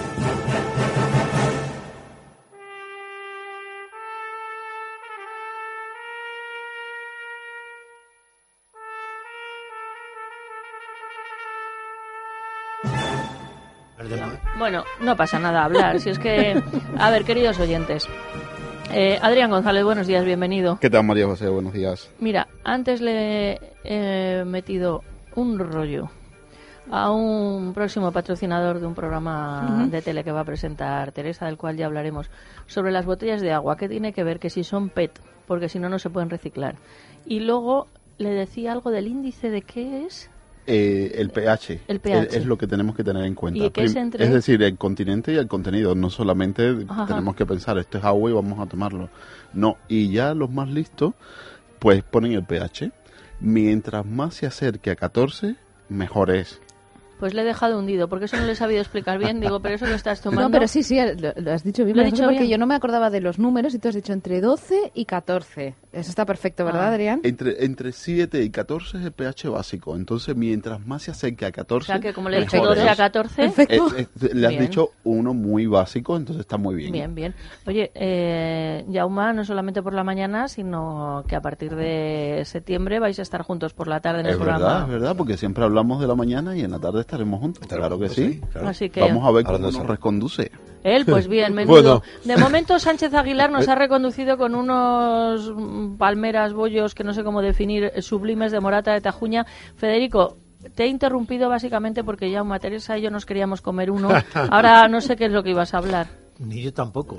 Bueno, no pasa nada hablar, si es que... A ver, queridos oyentes, Adrián González, buenos días, bienvenido. ¿Qué tal, María José? Buenos días. Mira, antes le he metido un rollo a un próximo patrocinador de un programa de tele que va a presentar Teresa, del cual ya hablaremos, sobre las botellas de agua, que tiene que ver que si son PET, porque si no, no se pueden reciclar. Y luego le decía algo del índice de qué es... El pH. El pH. Es lo que tenemos que tener en cuenta. ¿Y qué es entre...? Es decir, el continente y el contenido. No solamente tenemos que pensar, esto es agua y vamos a tomarlo. No, y ya los más listos, pues ponen el pH. Mientras más se acerque a 14, mejor es. Pues le he dejado hundido, porque eso no le he sabido explicar bien. Digo, pero eso que estás tomando... No, pero sí, lo has dicho bien. ¿Lo he dicho porque bien? yo no me acordaba de los números y tú has dicho entre 12 y 14. Eso está perfecto, ¿verdad, Adrián? Entre 7 y 14 es el pH básico. Entonces, mientras más se acerque a 14... O sea, que como le he dicho 12 a 14... le has dicho uno muy básico, entonces está muy bien. Bien, bien. Oye, Jaume, no solamente por la mañana, sino que a partir de septiembre vais a estar juntos por la tarde en el programa. Es verdad, porque siempre hablamos de la mañana y en la tarde estaremos juntos. Claro que sí. Claro. Así que... Vamos a ver cómo nos reconduce. Él, pues bien, menudo. Bueno. De momento Sánchez Aguilar nos ha reconducido con unos palmeras, bollos, que no sé cómo definir, sublimes de Morata de Tajuña. Federico, te he interrumpido básicamente porque Jaume, Teresa y yo nos queríamos comer uno. Ahora no sé qué es lo que ibas a hablar. Ni yo tampoco.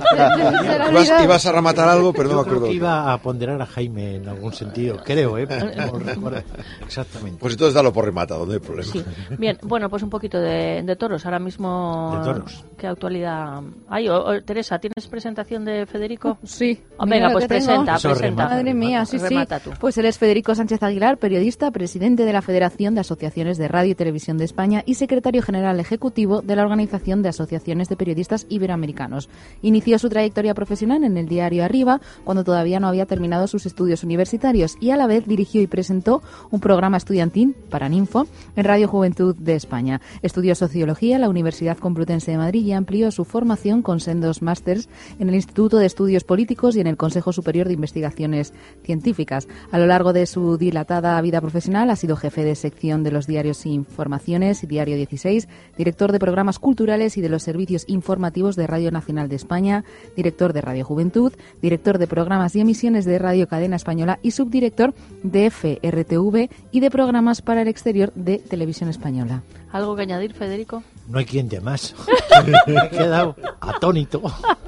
Ibas a rematar algo, pero no me acuerdo. Creo que iba a ponderar a Jaime en algún sentido, creo, exactamente. Pues entonces dalo por rematado, no hay problema. Sí. Bien, bueno, pues un poquito de toros. Ahora mismo, ¿De toros? ¿qué actualidad hay? Teresa, ¿tienes presentación de Federico? Sí. Venga, pues presenta. Madre mía, sí. Remata tú. Pues él es Federico Sánchez Aguilar, periodista, presidente de la Federación de Asociaciones de Radio y Televisión de España y secretario general ejecutivo de la Organización de Asociaciones de Periodistas Iberoamericanos. iberoamericanos. Inició su trayectoria profesional en el diario Arriba, cuando todavía no había terminado sus estudios universitarios, y a la vez dirigió y presentó un programa estudiantil para Ninfo en Radio Juventud de España. Estudió Sociología en la Universidad Complutense de Madrid y amplió su formación con sendos másters en el Instituto de Estudios Políticos y en el Consejo Superior de Investigaciones Científicas. A lo largo de su dilatada vida profesional ha sido jefe de sección de los diarios Informaciones y Diario 16, director de programas culturales y de los servicios informativos de Radio Nacional de España, director de Radio Juventud, director de programas y emisiones de Radio Cadena Española y subdirector de FRTV y de programas para el exterior de Televisión Española. ¿Algo que añadir, Federico? No hay quien de más. Me he quedado atónito.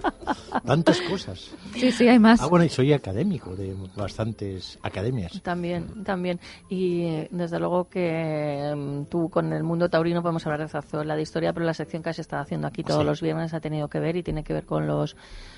Tantas cosas. Sí, hay más. Bueno, y soy académico de bastantes academias. También. Y desde luego que tú con el mundo taurino podemos hablar de zarzuela, de historia, pero la sección que has estado haciendo aquí todos los viernes ha tenido que ver y tiene que ver con los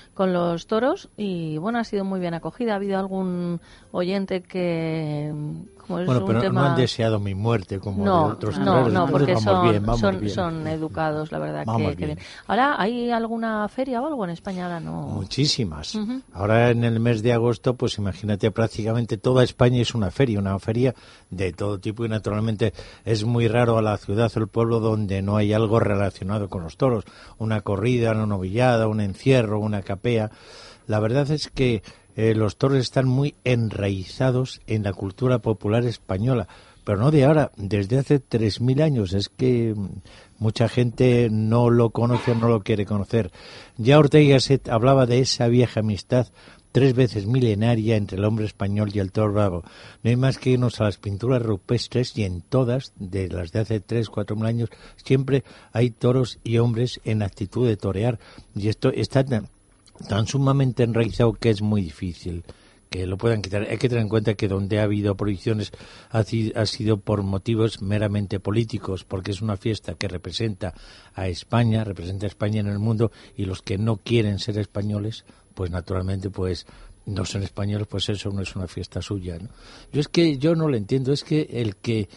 toros, y bueno, ha sido muy bien acogida. Ha habido algún oyente que, como es un pero tema... no han deseado mi muerte como de otros toreros. No, porque vamos bien. son educados, la verdad. Vamos que bien. Ahora, ¿hay alguna feria o algo en España? Ahora no. Muchísimas. Ahora en el mes de agosto, pues imagínate, prácticamente toda España es una feria de todo tipo, y naturalmente es muy raro a la ciudad o el pueblo donde no hay algo relacionado con los toros. Una corrida, una novillada, un encierro, una capea. La verdad es que los toros están muy enraizados en la cultura popular española, pero no de ahora, desde hace 3.000 años. Es que mucha gente no lo conoce o no lo quiere conocer. Ya Ortega y Gasset hablaba de esa vieja amistad 3 veces milenaria entre el hombre español y el toro bravo. No hay más que irnos a las pinturas rupestres, y en todas, de las de hace 3.000-4.000 años, siempre hay toros y hombres en actitud de torear. Y esto está tan sumamente enraizado que es muy difícil que lo puedan quitar. Hay que tener en cuenta que donde ha habido prohibiciones ha sido por motivos meramente políticos, porque es una fiesta que representa a España en el mundo, y los que no quieren ser españoles, pues naturalmente pues no son españoles, pues eso no es una fiesta suya, ¿no? Yo no lo entiendo. Es que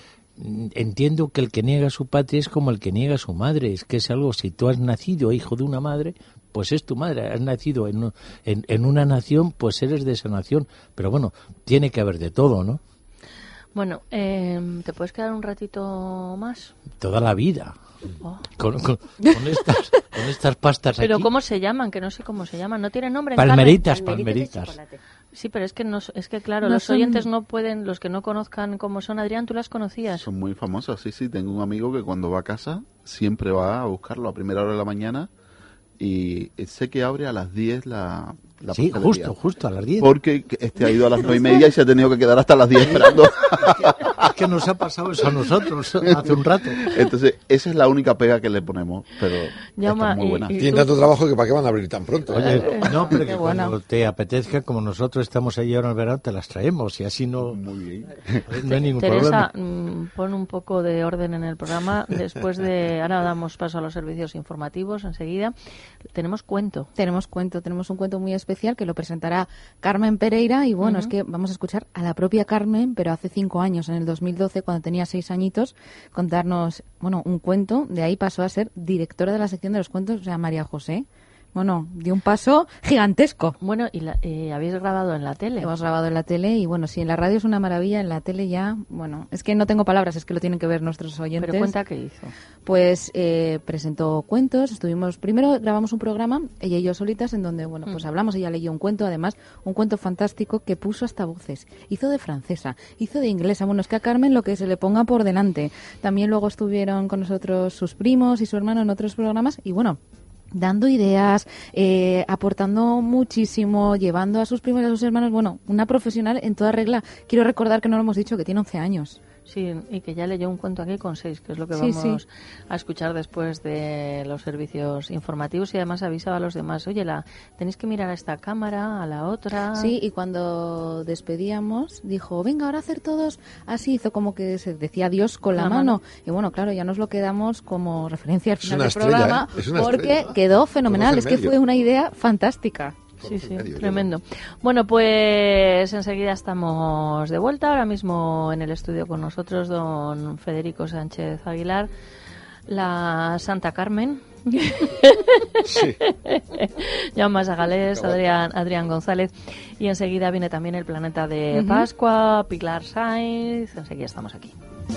entiendo que el que niega su patria es como el que niega su madre. Es que es algo, si tú has nacido hijo de una madre, pues es tu madre. Has nacido en una nación, pues eres de esa nación. Pero bueno, tiene que haber de todo, ¿no? Bueno, ¿te puedes quedar un ratito más? Toda la vida. Oh. Con estas pastas. Pero aquí. ¿cómo se llaman? Que no sé cómo se llaman. ¿No tienen nombre? Palmeritas. Sí, pero es que claro, No los son... oyentes no pueden, los que no conozcan cómo son. Adrián, ¿tú las conocías? Son muy famosas, sí. Tengo un amigo que cuando va a casa siempre va a buscarlo a primera hora de la mañana, y sé que abre a las 10 la sí, justo a las 10. Porque ha ido a las 9:30 y se ha tenido que quedar hasta las 10 esperando. Es que nos ha pasado eso a nosotros hace un rato. Entonces, esa es la única pega que le ponemos, pero está muy buena. Tienen tanto trabajo que ¿para qué van a abrir tan pronto? Oye, no, pero que cuando te apetezca, como nosotros estamos ahí ahora en el verano, te las traemos, y así no, muy bien. No hay ningún Teresa, problema. Pon un poco de orden en el programa. Ahora damos paso a los servicios informativos enseguida. Tenemos cuento. Tenemos un cuento muy especial que lo presentará Carmen Pereira, y bueno, es que vamos a escuchar a la propia Carmen, pero hace 5 años, en el 2012, cuando tenía 6 añitos, contarnos, un cuento. De ahí pasó a ser directora de la sección de los cuentos, o sea, María José. Bueno, dio un paso gigantesco. Bueno, y habéis grabado en la tele. Hemos grabado en la tele, y bueno, si en la radio es una maravilla, en la tele ya, es que no tengo palabras, es que lo tienen que ver nuestros oyentes. Pero cuenta qué hizo. Pues presentó cuentos, primero grabamos un programa, ella y yo solitas, en donde, pues hablamos, ella leyó un cuento, además, un cuento fantástico que puso hasta voces. Hizo de francesa, hizo de inglesa, es que a Carmen lo que se le ponga por delante. También luego estuvieron con nosotros sus primos y su hermano en otros programas, y dando ideas, aportando muchísimo, llevando a sus primos y a sus hermanos, una profesional en toda regla. Quiero recordar que no lo hemos dicho, que tiene 11 años. Sí, y que ya leyó un cuento aquí con 6, que es lo que vamos a escuchar después de los servicios informativos, y además avisaba a los demás, oye, tenéis que mirar a esta cámara, a la otra. Sí, y cuando despedíamos dijo, venga, ahora hacer todos así, hizo como que se decía adiós con la mano. Y claro, ya nos lo quedamos como referencia al final del programa, porque quedó fenomenal, es que fue una idea fantástica. Sí, tremendo. Bueno, pues enseguida estamos de vuelta. Ahora mismo en el estudio con nosotros don Federico Sánchez Aguilar, la Santa Carmen, Sí. Jaume Sagalés, Adrián González. Y enseguida viene también el Planeta de Pascua, Pilar Sainz. Enseguida estamos aquí.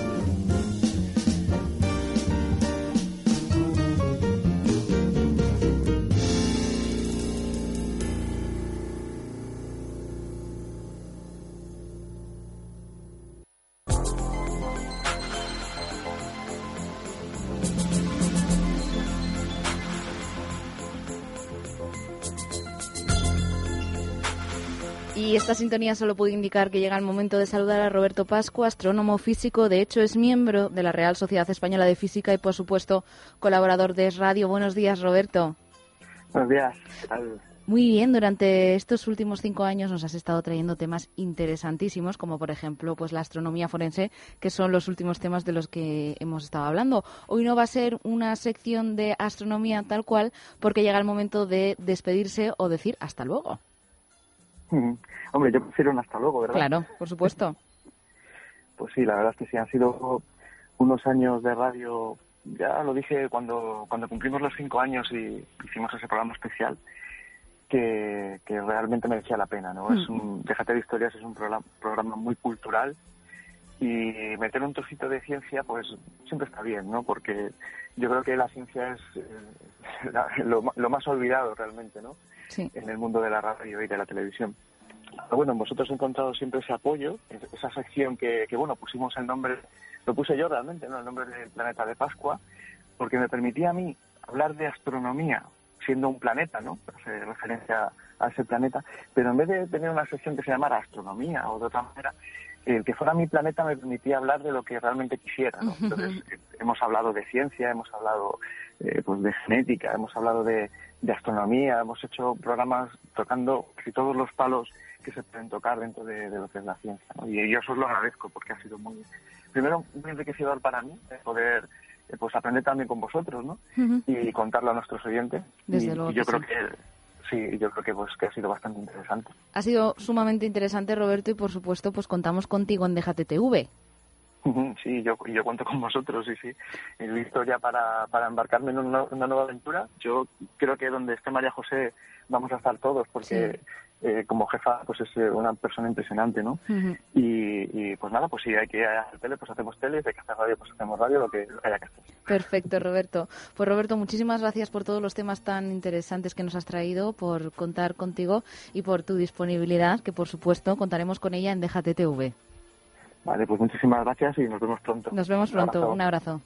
Y esta sintonía solo puede indicar que llega el momento de saludar a Roberto Pascua, astrónomo físico. De hecho, es miembro de la Real Sociedad Española de Física y, por supuesto, colaborador de Es Radio. Buenos días, Roberto. Buenos días. ¿Qué tal? Muy bien, durante estos últimos 5 años nos has estado trayendo temas interesantísimos, como por ejemplo pues la astronomía forense, que son los últimos temas de los que hemos estado hablando. Hoy no va a ser una sección de astronomía tal cual, porque llega el momento de despedirse o decir hasta luego. Hombre, yo prefiero un hasta luego, ¿verdad? Claro, por supuesto. Pues sí, la verdad es que sí, han sido unos años de radio. Ya lo dije cuando cumplimos los 5 años y hicimos ese programa especial, que realmente merecía la pena, ¿no? Déjate de Historias es un programa muy cultural, y meter un trocito de ciencia pues siempre está bien, ¿no? Porque yo creo que la ciencia es lo más olvidado realmente, ¿no? Sí. En el mundo de la radio y de la televisión. Pero bueno, vosotros he encontrado siempre ese apoyo, esa sección que bueno, pusimos el nombre, lo puse yo realmente, ¿no? El nombre del Planeta de Pascua, porque me permitía a mí hablar de astronomía siendo un planeta, ¿no? Hace referencia a ese planeta, pero en vez de tener una sección que se llamara astronomía o de otra manera, el que fuera mi planeta me permitía hablar de lo que realmente quisiera, ¿no? Entonces, hemos hablado de ciencia, hemos hablado pues de genética, hemos hablado de astronomía, hemos hecho programas tocando casi todos los palos que se pueden tocar dentro de lo que es la ciencia, ¿no? Y yo os lo agradezco porque ha sido muy enriquecedor para mí poder pues aprender también con vosotros, ¿no? Y contarlo a nuestros oyentes. Desde luego. Y yo creo que sí, yo creo que ha sido bastante interesante. Ha sido sumamente interesante, Roberto, y por supuesto pues contamos contigo en Déjate TV. Sí, yo cuento con vosotros, sí. Listo ya para embarcarme en una nueva aventura. Yo creo que donde esté María José vamos a estar todos, porque como jefa pues es una persona impresionante, ¿no? Y pues nada, pues si hay que hacer tele, pues hacemos tele, si hay que hacer radio, pues hacemos radio, lo que haya que hacer. Perfecto, Roberto. Pues Roberto, muchísimas gracias por todos los temas tan interesantes que nos has traído, por contar contigo y por tu disponibilidad, que por supuesto contaremos con ella en Déjate TV. Vale, pues muchísimas gracias y nos vemos pronto. Nos vemos pronto. Un abrazo.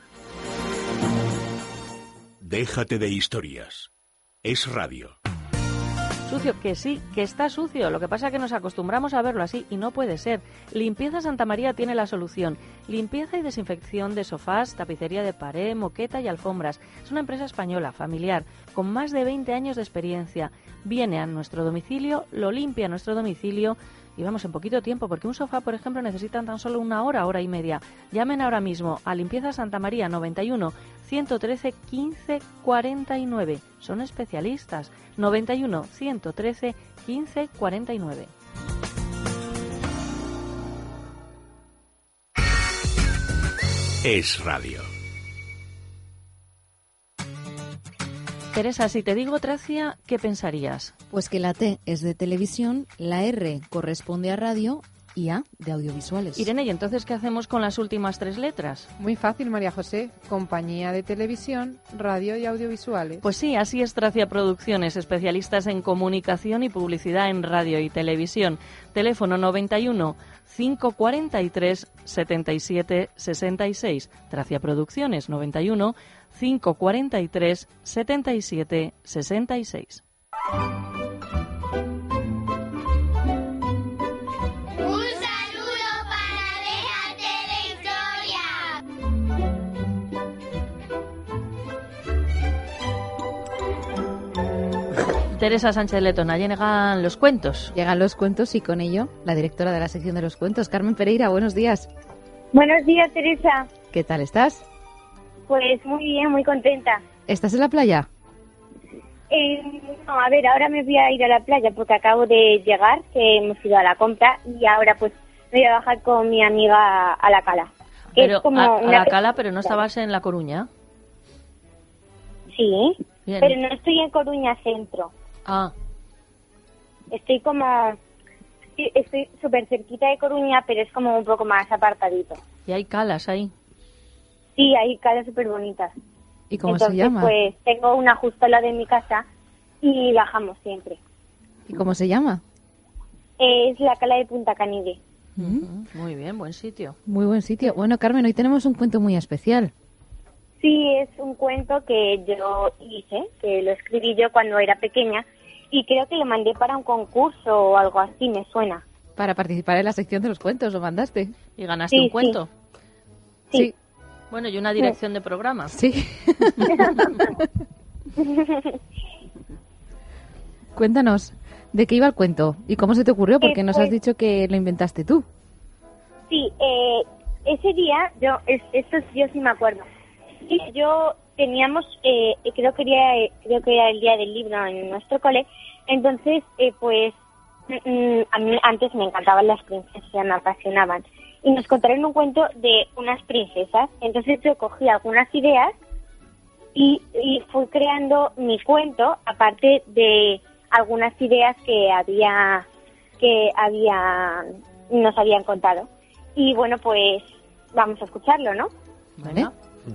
Déjate de Historias. Es Radio. Sucio, que sí, que está sucio. Lo que pasa es que nos acostumbramos a verlo así y no puede ser. Limpieza Santa María tiene la solución. Limpieza y desinfección de sofás, tapicería de pared, moqueta y alfombras. Es una empresa española, familiar, con más de 20 años de experiencia. Viene a nuestro domicilio, lo limpia a nuestro domicilio y vamos en poquito tiempo, porque un sofá, por ejemplo, necesitan tan solo una hora y media. Llamen ahora mismo a Limpieza Santa María 91 113 15 49. Son especialistas. 91 113 15 49. Es Radio. Teresa, si te digo Tracia, ¿qué pensarías? Pues que la T es de televisión, la R corresponde a radio y A de audiovisuales. Irene, ¿y entonces qué hacemos con las últimas 3 letras? Muy fácil, María José. Compañía de televisión, radio y audiovisuales. Pues sí, así es Tracia Producciones, especialistas en comunicación y publicidad en radio y televisión. Teléfono 91 543 77 66. Tracia Producciones 91 543 77 66. Teresa Sánchez Letona, llegan los cuentos. Llegan los cuentos y con ello la directora de la sección de los cuentos, Carmen Pereira. Buenos días. Buenos días, Teresa. ¿Qué tal estás? Pues muy bien, muy contenta. ¿Estás en la playa? No, a ver, ahora me voy a ir a la playa porque acabo de llegar, que hemos ido a la compra y ahora pues me voy a bajar con mi amiga a la cala. Pero a la cala, pero no estabas en La Coruña. Sí, Bien. pero no estoy en Coruña Centro. Ah, Estoy súper cerquita de Coruña, pero es como un poco más apartadito. y hay calas ahí. Sí, hay calas súper bonitas. ¿Y cómo Entonces, se llama? pues tengo una justo al lado de mi casa y bajamos siempre. ¿Y cómo se llama? Es la cala de Punta Canigue. Muy bien, buen sitio. Muy buen sitio. Bueno, Carmen, hoy tenemos un cuento muy especial. Sí, es un cuento que yo hice, que lo escribí yo cuando era pequeña y creo que lo mandé para un concurso o algo así, me suena. Para participar en la sección de los cuentos, ¿lo mandaste? ¿Y ganaste Sí, un cuento? Sí. Bueno, y una dirección de programa. Sí. Cuéntanos, ¿de qué iba el cuento? ¿Y cómo se te ocurrió? Porque nos has dicho que lo inventaste tú. Sí, ese día, esto yo sí me acuerdo. Sí, yo teníamos, creo que era el día del libro en nuestro cole, entonces, pues, a mí antes me encantaban las princesas, me apasionaban. Y nos contaron un cuento de unas princesas, entonces yo cogí algunas ideas y fui creando mi cuento, aparte de algunas ideas que nos habían contado. Y bueno, pues vamos a escucharlo, ¿no? ¿Vale?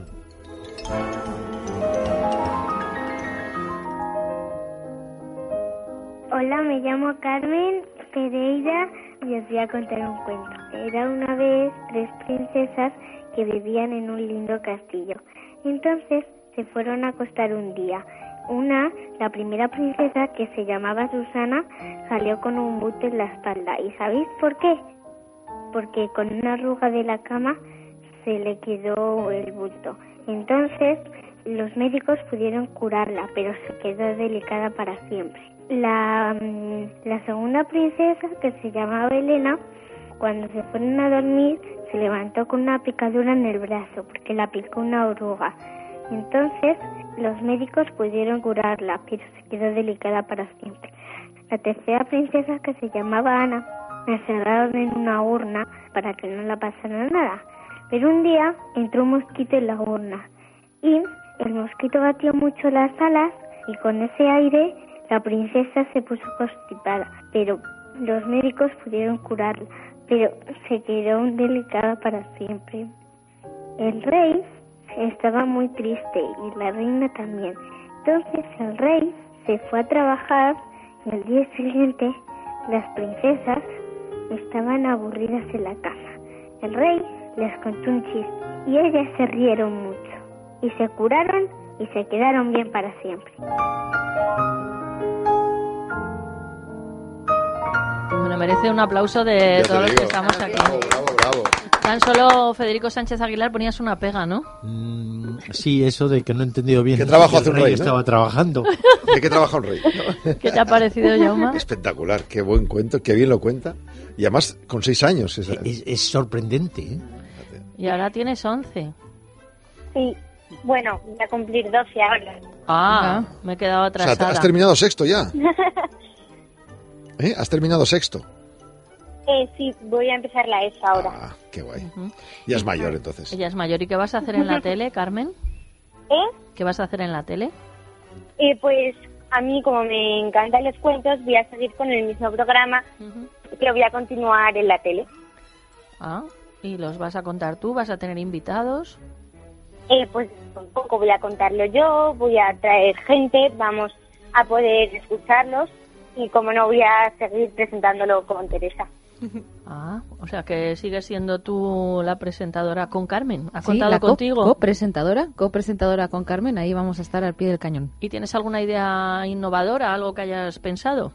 Hola, me llamo Carmen Pereira y os voy a contar un cuento. Era una vez 3 princesas que vivían en un lindo castillo. Entonces se fueron a acostar un día. La primera princesa, que se llamaba Susana, salió con un bulto en la espalda. ¿Y sabéis por qué? Porque con una arruga de la cama se le quedó el bulto. Entonces los médicos pudieron curarla, pero se quedó delicada para siempre. La segunda princesa, que se llamaba Elena, cuando se fueron a dormir, se levantó con una picadura en el brazo, porque la picó una oruga. Entonces los médicos pudieron curarla, pero se quedó delicada para siempre. La tercera princesa, que se llamaba Ana, la encerraron en una urna para que no la pasara nada. Pero un día entró un mosquito en la urna y el mosquito batió mucho las alas y con ese aire la princesa se puso constipada. Pero los médicos pudieron curarla, pero se quedó delicada para siempre. El rey estaba muy triste y la reina también. Entonces el rey se fue a trabajar y al día siguiente las princesas estaban aburridas en la casa. El rey les contó un chiste y ellas se rieron mucho y se curaron y se quedaron bien para siempre. Bueno, merece un aplauso de todos los que estamos aquí. Bravo. Tan solo Federico Sánchez Aguilar ponías una pega, ¿no? Sí, eso de que no he entendido bien. ¿Qué trabajo hace un rey? ¿No? Estaba trabajando. ¿De qué trabaja un rey? ¿Qué te ha parecido, Jaume? Espectacular, qué buen cuento, qué bien lo cuenta. Y además con 6 años. Es sorprendente, ¿eh? Y ahora tienes 11. Sí, bueno, voy a cumplir 12 ahora. Ah, me he quedado O sea, atrasada. has terminado sexto ya. ¿Eh? ¿Has terminado sexto? Sí, voy a empezar la ESO ahora. Ah, qué guay. Ya es mayor entonces. Ella es mayor. ¿Y qué vas a hacer en la tele, Carmen? ¿Qué vas a hacer en la tele? Pues a mí, como me encantan los cuentos, voy a seguir con el mismo programa, pero voy a continuar en la tele. Ah, ¿y los vas a contar tú? ¿Vas a tener invitados? Pues un poco voy a contarlo yo, voy a traer gente, vamos a poder escucharlos y como no voy a seguir presentándolo con Teresa. Ah, o sea que sigues siendo tú la presentadora con Carmen. ¿Ha Sí, contado la contigo? copresentadora con Carmen, ahí vamos a estar al pie del cañón. ¿Y tienes alguna idea innovadora, algo que hayas pensado?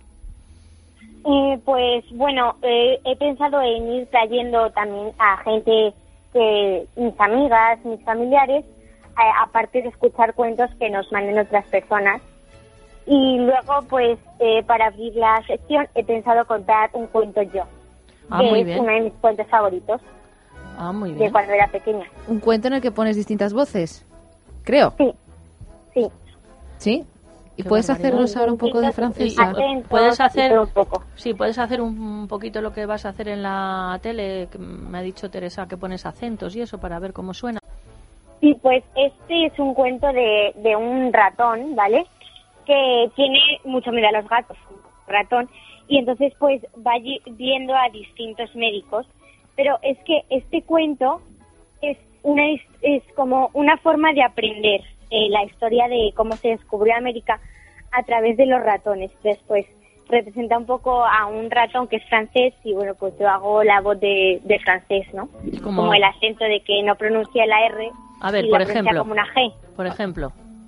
Pues bueno, he pensado en ir trayendo también a gente, mis amigas, mis familiares, aparte de escuchar cuentos que nos manden otras personas. Y luego, pues, para abrir la sección, he pensado contar un cuento yo, que muy es bien. uno de mis cuentos favoritos, muy de bien. cuando era pequeña. Un cuento en el que pones distintas voces, creo. Sí. ¿Sí? ¿Y Qué puedes barbaridad. hacernos ahora un poco de francesa? Puedes hacer un poco. Sí, puedes hacer un poquito lo que vas a hacer en la tele, que me ha dicho Teresa que pones acentos y eso para ver cómo suena. Sí, pues este es un cuento de un ratón, ¿vale? Que tiene mucho miedo a los gatos, ratón, y entonces pues va viendo a distintos médicos. Pero es que este cuento es como una forma de aprender la historia de cómo se descubrió América a través de los ratones. Después representa un poco a un ratón que es francés y bueno, pues yo hago la voz de francés, ¿no? Como el acento de que no pronuncia la R. A ver, y por la pronuncia ejemplo. como una G. Por ejemplo.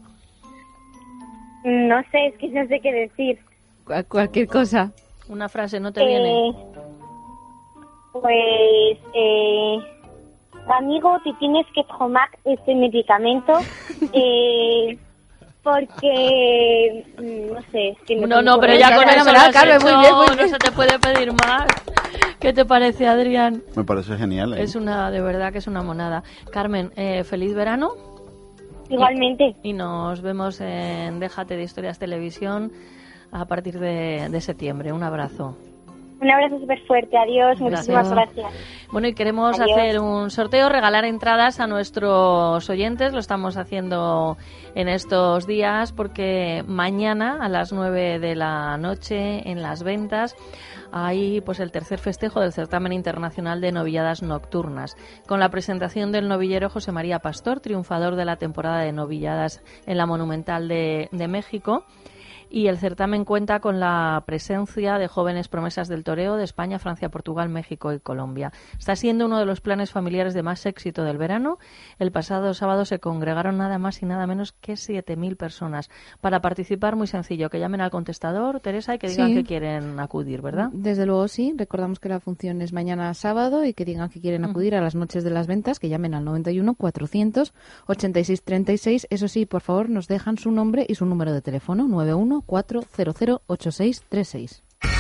No sé, es que no sé qué decir. Cualquier cosa. Una frase, ¿no te viene? Pues, amigo, te tienes que tomar este medicamento porque, no sé. Es que no, pero ya con eso Carmen, muy bien. No se te puede pedir más. ¿Qué te parece, Adrián? Me parece genial. Es de verdad que es una monada. Carmen, feliz verano. Igualmente. Y nos vemos en Déjate de Historias Televisión a partir de septiembre. Un abrazo. Un abrazo súper fuerte. Adiós. Muchísimas gracias. Bueno, y queremos hacer un sorteo, regalar entradas a nuestros oyentes. Lo estamos haciendo en estos días porque mañana a las 9 de la noche en Las Ventas hay pues el tercer festejo del certamen internacional de novilladas nocturnas, con la presentación del novillero José María Pastor, triunfador de la temporada de novilladas en la Monumental de México. Y el certamen cuenta con la presencia de jóvenes promesas del toreo de España, Francia, Portugal, México y Colombia. Está siendo uno de los planes familiares de más éxito del verano. El pasado sábado se congregaron nada más y nada menos que 7.000 personas. Para participar, muy sencillo, que llamen al contestador, Teresa, y que digan que quieren acudir, ¿verdad? Desde luego sí. Recordamos que la función es mañana sábado y que digan que quieren acudir a las noches de las ventas, que llamen al 91 400 86 36. Eso sí, por favor, nos dejan su nombre y su número de teléfono, 91 400 86 36.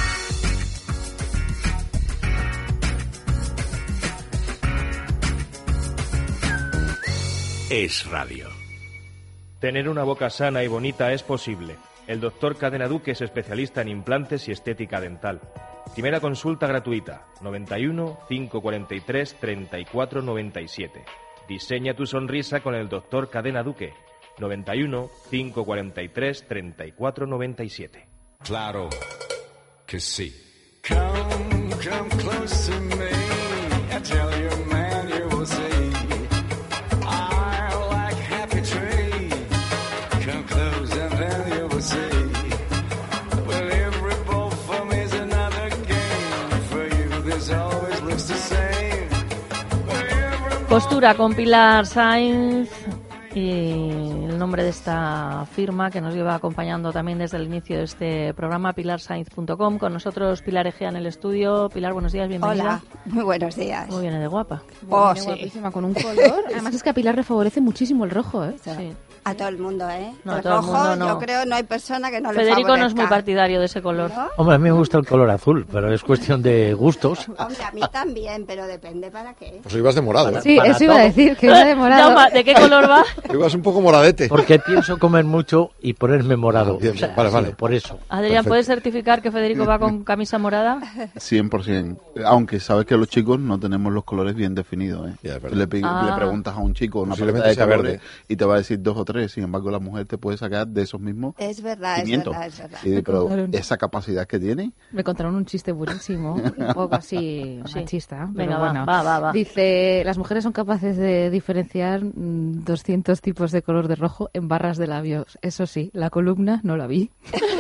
Es radio. Tener una boca sana y bonita es posible. El doctor Cadena Duque es especialista en implantes y estética dental. Primera consulta gratuita, 91 543 34 97. Diseña tu sonrisa con el doctor Cadena Duque. 91 543 34 97. Claro que sí. Come close to me. I tell you, man, you will see. I like happy tree. Come close and then you will see. Well, every ball for me is another game. For you, this always looks the same. Costura con Pilar Sainz. Y el nombre de esta firma que nos lleva acompañando también desde el inicio de este programa, pilarsainz.com. Con nosotros Pilar Egea en el estudio. Pilar, buenos días, bienvenida. Hola, muy buenos días. Muy bien, de guapa. Sí. Guapísima, con un color. Además es que a Pilar le favorece muchísimo el rojo, ¿eh? Sí. A todo el mundo, ¿eh? No, el todo rojo, el mundo no. Yo creo no hay persona que no le Federico favorezca. no es muy partidario de ese color. ¿No? Hombre, a mí me gusta el color azul, pero es cuestión de gustos. Hombre, a mí también, pero depende para qué. Pues ibas de morado. Sí, eso iba a decir, que iba de morado. Llama, ¿de qué color va? Ibas un poco moradete. Porque pienso comer mucho y ponerme morado. Bien, o sea, vale. Por eso. Adrián, Perfecto. ¿puedes certificar que Federico va con camisa morada? 100%. Aunque sabes que los chicos no tenemos los colores bien definidos, ¿eh? Ya, le preguntas a un chico una paleta Posiblemente de sea colores verde. y te va a decir 2 o 3. Sin embargo, la mujer te puede sacar de esos mismos Es verdad, 500. es verdad. Sí, pero esa capacidad que tiene. Me contaron un chiste buenísimo, un poco así machista. Venga, pero bueno. va. Dice, las mujeres son capaces de diferenciar 200 tipos de color de rojo en barras de labios. Eso sí, la columna no la vi.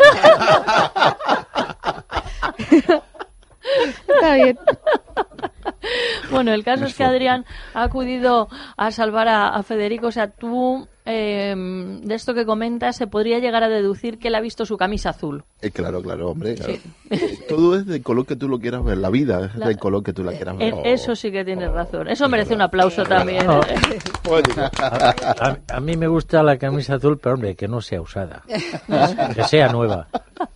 Está bien. Bueno, el caso es que Adrián ha acudido a salvar a Federico. O sea, tú, de esto que comentas, se podría llegar a deducir que él ha visto su camisa azul. Claro, hombre. Claro. Sí. Todo es del color que tú lo quieras ver. La vida es del color que tú la quieras ver. Eso sí que tienes razón. Eso merece un aplauso también. No. A mí me gusta la camisa azul, pero hombre, que no sea usada. Que sea nueva.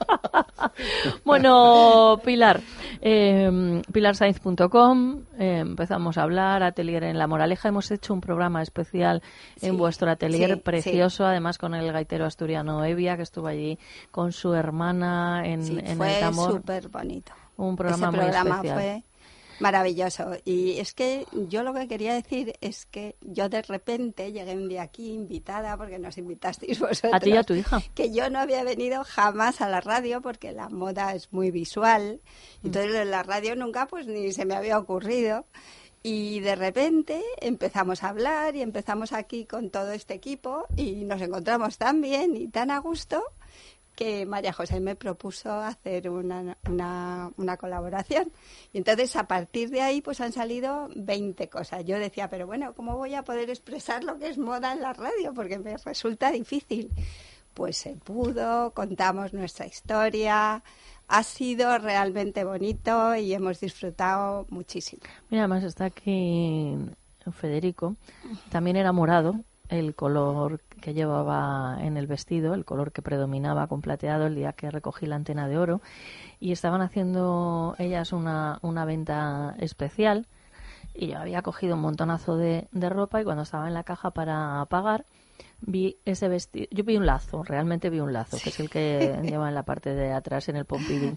Bueno, Pilar, pilarsainz.com, empezamos a hablar, Atelier en La Moraleja. Hemos hecho un programa especial en vuestro atelier, precioso, además con el gaitero asturiano Evia, que estuvo allí con su hermana en el tambor. Fue súper bonito. Un programa Ese muy programa especial. fue Maravilloso. Y es que yo lo que quería decir es que yo de repente llegué un día aquí invitada, porque nos invitasteis vosotros. A ti y a tu hija. Que yo no había venido jamás a la radio porque la moda es muy visual. Entonces en la radio nunca pues ni se me había ocurrido. Y de repente empezamos a hablar y empezamos aquí con todo este equipo y nos encontramos tan bien y tan a gusto que María José me propuso hacer una colaboración. Y entonces, a partir de ahí, pues han salido 20 cosas. Yo decía, pero bueno, ¿cómo voy a poder expresar lo que es moda en la radio? Porque me resulta difícil. Pues se pudo, contamos nuestra historia. Ha sido realmente bonito y hemos disfrutado muchísimo. Mira, además está aquí Federico. También era morado el color que llevaba en el vestido, el color que predominaba con plateado el día que recogí la antena de oro. Y estaban haciendo ellas una venta especial y yo había cogido un montonazo de ropa y cuando estaba en la caja para pagar vi ese vestido. Yo vi un lazo, realmente vi un lazo, que es el que lleva en la parte de atrás en el Pompidou.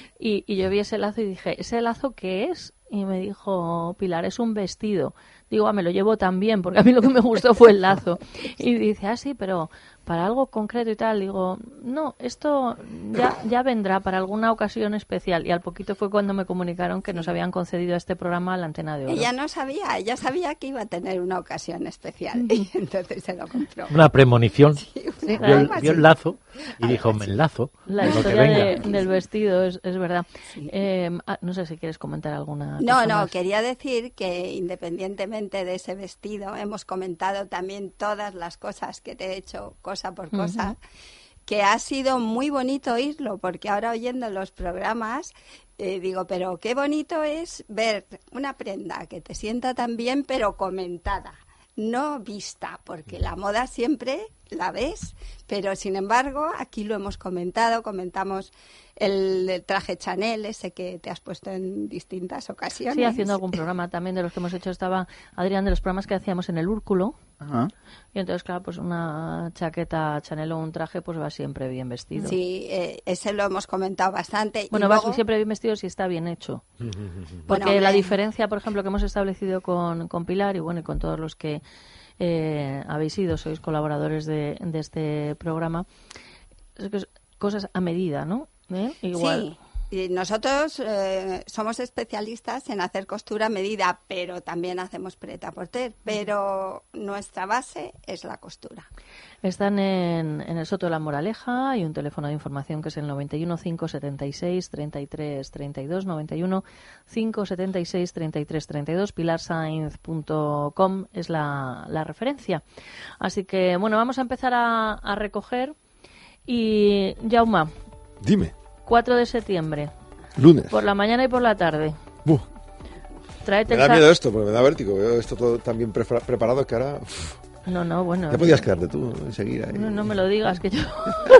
Y yo vi ese lazo y dije, ¿ese lazo qué es? Y me dijo Pilar, es un vestido. Digo, me lo llevo también, porque a mí lo que me gustó fue el lazo. Y dice, sí, pero para algo concreto y tal. Digo, no, esto ya vendrá para alguna ocasión especial. Y al poquito fue cuando me comunicaron que nos habían concedido a este programa la antena de oro. Ella no sabía, ella sabía que iba a tener una ocasión especial. Y entonces se lo compró. Una premonición. Sí, vio el lazo y dijo, me enlazo. La historia del vestido es verdad. Sí. No sé si quieres comentar alguna cosa más. Quería decir que independientemente de ese vestido, hemos comentado también todas las cosas que te he hecho cosa por cosa, que ha sido muy bonito oírlo, porque ahora oyendo los programas digo, pero qué bonito es ver una prenda que te sienta tan bien, pero comentada, no vista, porque la moda siempre la ves, pero sin embargo aquí lo hemos comentamos el traje Chanel, ese que te has puesto en distintas ocasiones. Sí, haciendo algún programa también de los que hemos hecho. Estaba Adrián de los programas que hacíamos en el Úrculo. Ajá. Y entonces, claro, pues una chaqueta Chanel o un traje pues va siempre bien vestido. Sí, ese lo hemos comentado bastante. Bueno, y va luego siempre bien vestido si está bien hecho. Porque la diferencia, por ejemplo, que hemos establecido con Pilar y bueno, y con todos los que habéis sido, sois colaboradores de este programa, es que cosas a medida, ¿no? Igual. Sí, y nosotros somos especialistas en hacer costura a medida, pero también hacemos prêt-à-porter, pero nuestra base es la costura. Están en el Soto de la Moraleja, hay un teléfono de información que es el 91 576 33 32, 91 576 33 32, pilarsainz.com es la referencia. Así que, bueno, vamos a empezar a recoger y, Jaume. Dime. 4 de septiembre. Lunes. Por la mañana y por la tarde. Tráete me da miedo esto, porque me da vértigo. Veo esto todo tan bien preparado que ahora... No, bueno. Ya podías quedarte tú y seguir ahí. No me lo digas, que yo...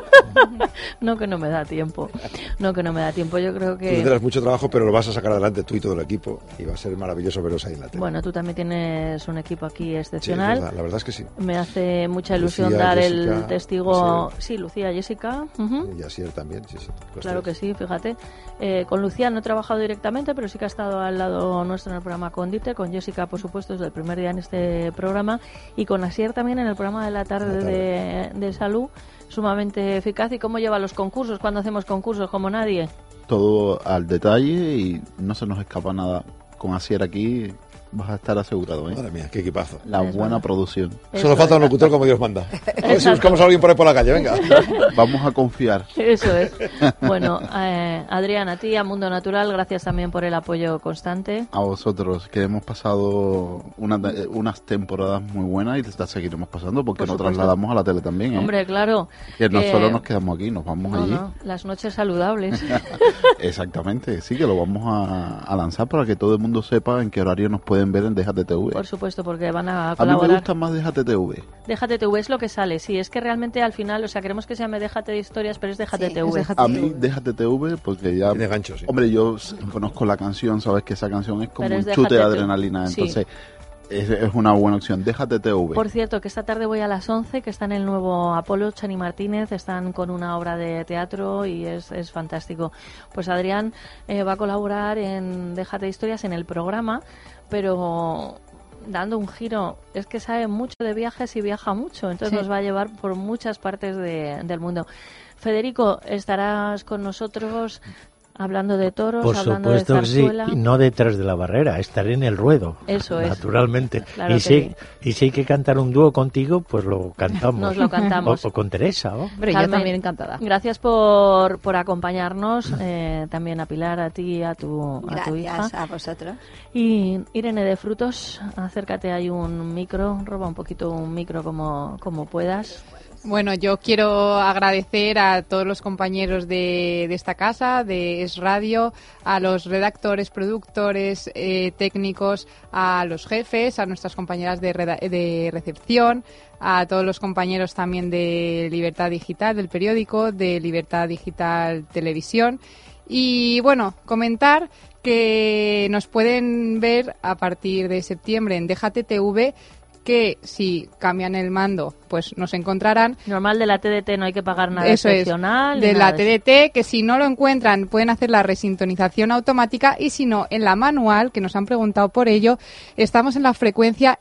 No, que no me da tiempo. Yo creo que... Tú tendrás mucho trabajo, pero lo vas a sacar adelante tú y todo el equipo. Y va a ser maravilloso veros ahí en la tele. Bueno, tú también tienes un equipo aquí excepcional. Sí, la verdad es que sí. Me hace mucha ilusión Lucía, dar Jessica, el testigo... Sí, Lucía, Jessica. Y Asier también, sí. Claro que sí, fíjate. Con Lucía no he trabajado directamente, pero sí que ha estado al lado nuestro en el programa Condite. Con Jessica, por supuesto, desde el primer día en este programa. Y con Asier también en el programa de la tarde. De salud. Sumamente eficaz. ¿Y cómo lleva los concursos? ¿Cuándo hacemos concursos como nadie? Todo al detalle y no se nos escapa nada. Con Asier aquí vas a estar asegurado, ¿eh? Madre mía, qué equipazo. La buena producción. Solo falta un locutor como Dios manda. A ver si buscamos a alguien por ahí por la calle, venga. Vamos a confiar. Eso es. Bueno, Adrián, a ti, a Mundo Natural, gracias también por el apoyo constante. A vosotros, que hemos pasado unas temporadas muy buenas y las seguiremos pasando porque nos trasladamos a la tele también, ¿eh? Hombre, claro. Que no solo nos quedamos aquí, nos vamos allí. No, las noches saludables. Exactamente, sí, que lo vamos a lanzar para que todo el mundo sepa en qué horario nos pueden ver en Déjate TV. Por supuesto, porque van a colaborar. A mí me gusta más Déjate TV. Déjate TV es lo que sale, sí, es que realmente al final, o sea, queremos que se llame Déjate de Historias, pero es Déjate TV. A mí Déjate TV porque ya... Tiene gancho, sí. Hombre, yo conozco la canción, sabes que esa canción es como un chute de adrenalina, entonces... es una buena opción. Déjate TV. Por cierto, que esta tarde voy a las 11, que está en el nuevo Apolo, Chani Martínez, están con una obra de teatro y es fantástico. Pues Adrián va a colaborar en Déjate de Historias en el programa, pero dando un giro. Es que sabe mucho de viajes y viaja mucho, entonces nos va a llevar por muchas partes del mundo. Federico, estarás con nosotros hablando de toros, por hablando de zarzuela. Sí, y no detrás de la barrera, estaré en el ruedo. Eso es. Naturalmente. Claro y si hay que cantar un dúo contigo, pues lo cantamos. Nos lo cantamos. O con Teresa. Hombre, yo también encantada. Gracias por acompañarnos, también a Pilar, a ti y a tu hija. Gracias a vosotros. Y Irene de Frutos, acércate, hay un micro, roba un poquito un micro como puedas. Bueno, yo quiero agradecer a todos los compañeros de esta casa, de Es Radio, a los redactores, productores, técnicos, a los jefes, a nuestras compañeras de recepción, a todos los compañeros también de Libertad Digital, del periódico, de Libertad Digital Televisión. Y bueno, comentar que nos pueden ver a partir de septiembre en Déjate TV, que si cambian el mando, pues nos encontrarán. Normal, de la TDT no hay que pagar nada Eso excepcional. Es, de la TDT, que si no lo encuentran pueden hacer la resintonización automática, y si no, en la manual, que nos han preguntado por ello, estamos en la frecuencia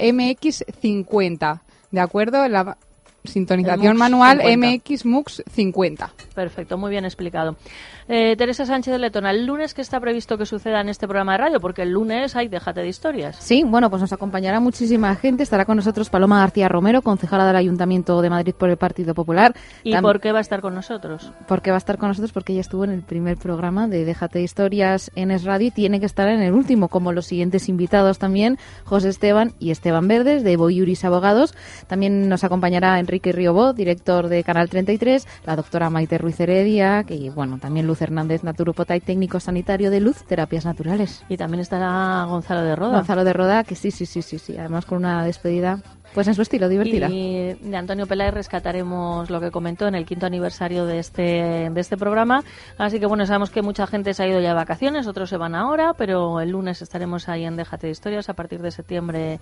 MX50, ¿de acuerdo? En la sintonización manual 50. MX MUX 50. Perfecto, muy bien explicado. Teresa Sánchez de Letona, el lunes, ¿qué está previsto que suceda en este programa de radio? Porque el lunes hay Déjate de Historias. Sí, bueno, pues nos acompañará muchísima gente. Estará con nosotros Paloma García Romero, concejala del Ayuntamiento de Madrid por el Partido Popular. ¿Y por qué va a estar con nosotros? ¿Por qué va a estar con nosotros? Porque ella estuvo en el primer programa de Déjate de Historias en Es Radio y tiene que estar en el último, como los siguientes invitados también, José Esteban y Esteban Verdes, de Boyuris Abogados. También nos acompañará Enrique Riobó, director de Canal 33, la doctora Maite Ruiz Heredia, y bueno, también Luz Hernández, naturópata y técnico sanitario de Luz Terapias Naturales. Y también estará Gonzalo de Roda. Gonzalo de Roda, que sí, además con una despedida pues en su estilo, divertida. Y de Antonio Peláez rescataremos lo que comentó en el 5º aniversario de este programa. Así que bueno, sabemos que mucha gente se ha ido ya de vacaciones, otros se van ahora, pero el lunes estaremos ahí en Déjate de Historias a partir de septiembre.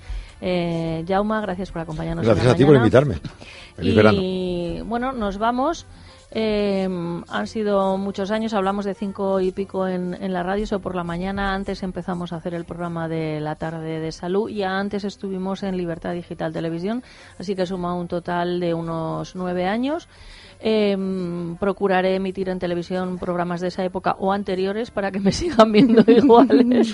Jauma, gracias por acompañarnos. Gracias a ti por invitarme. Feliz verano. Y bueno, nos vamos. Han sido muchos años, hablamos de 5 y pico en la radio, eso por la mañana. Antes empezamos a hacer el programa de la tarde de salud y antes estuvimos en Libertad Digital Televisión, así que suma un total de unos 9 años. Procuraré emitir en televisión programas de esa época o anteriores para que me sigan viendo iguales.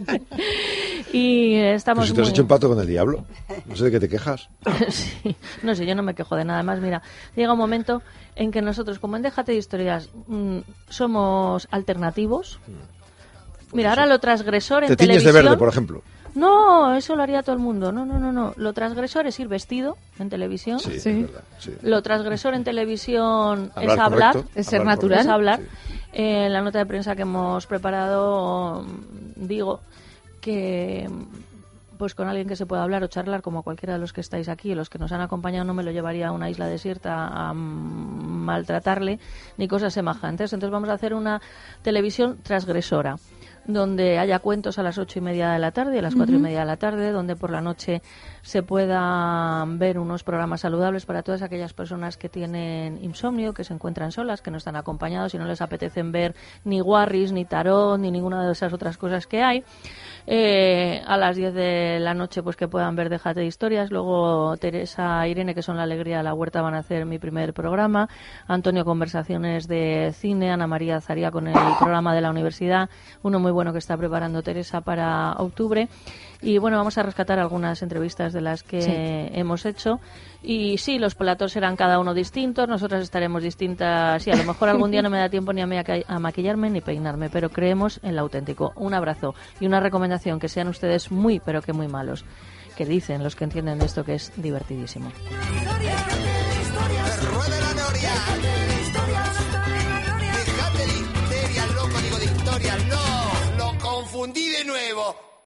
Y estamos. Pero si te has hecho un pacto con el diablo, no sé de qué te quejas. Sí, no sé, yo no me quejo de nada más. Mira, llega un momento en que nosotros, como en Déjate de Historias, somos alternativos. Mira, ahora lo transgresor en televisión. televisión. Te tiñes de verde, por ejemplo. No, eso lo haría todo el mundo. No. Lo transgresor es ir vestido en televisión. Sí. Es verdad, sí. Lo transgresor en televisión hablar es hablar. Correcto. Es ser natural. Es hablar. Sí. En la nota de prensa que hemos preparado, digo que pues con alguien que se pueda hablar o charlar, como cualquiera de los que estáis aquí, los que nos han acompañado, no me lo llevaría a una isla desierta a maltratarle, ni cosas semejantes. Entonces vamos a hacer una televisión transgresora, donde haya cuentos a las 8:30 de la tarde y a las 4:30 de la tarde, donde por la noche se puedan ver unos programas saludables para todas aquellas personas que tienen insomnio, que se encuentran solas, que no están acompañados y no les apetecen ver ni Warris, ni Tarot, ni ninguna de esas otras cosas que hay. A las 10 de la noche pues que puedan ver Déjate de Historias. Luego Teresa e Irene, que son la alegría de la huerta, van a hacer mi primer programa. Antonio, conversaciones de cine. Ana María Zaría con el programa de la universidad, uno muy bueno que está preparando Teresa para octubre. Y bueno, vamos a rescatar algunas entrevistas de las que hemos hecho. Y sí, los platos serán cada uno distintos, nosotras estaremos distintas y a lo mejor algún día no me da tiempo ni a mí a maquillarme ni peinarme, pero creemos en lo auténtico. Un abrazo y una recomendación: que sean ustedes muy, pero que muy malos, que dicen los que entienden de esto que es divertidísimo. Rueda la noria. Déjate de historias, loco, digo de historias, no, lo confundí de nuevo.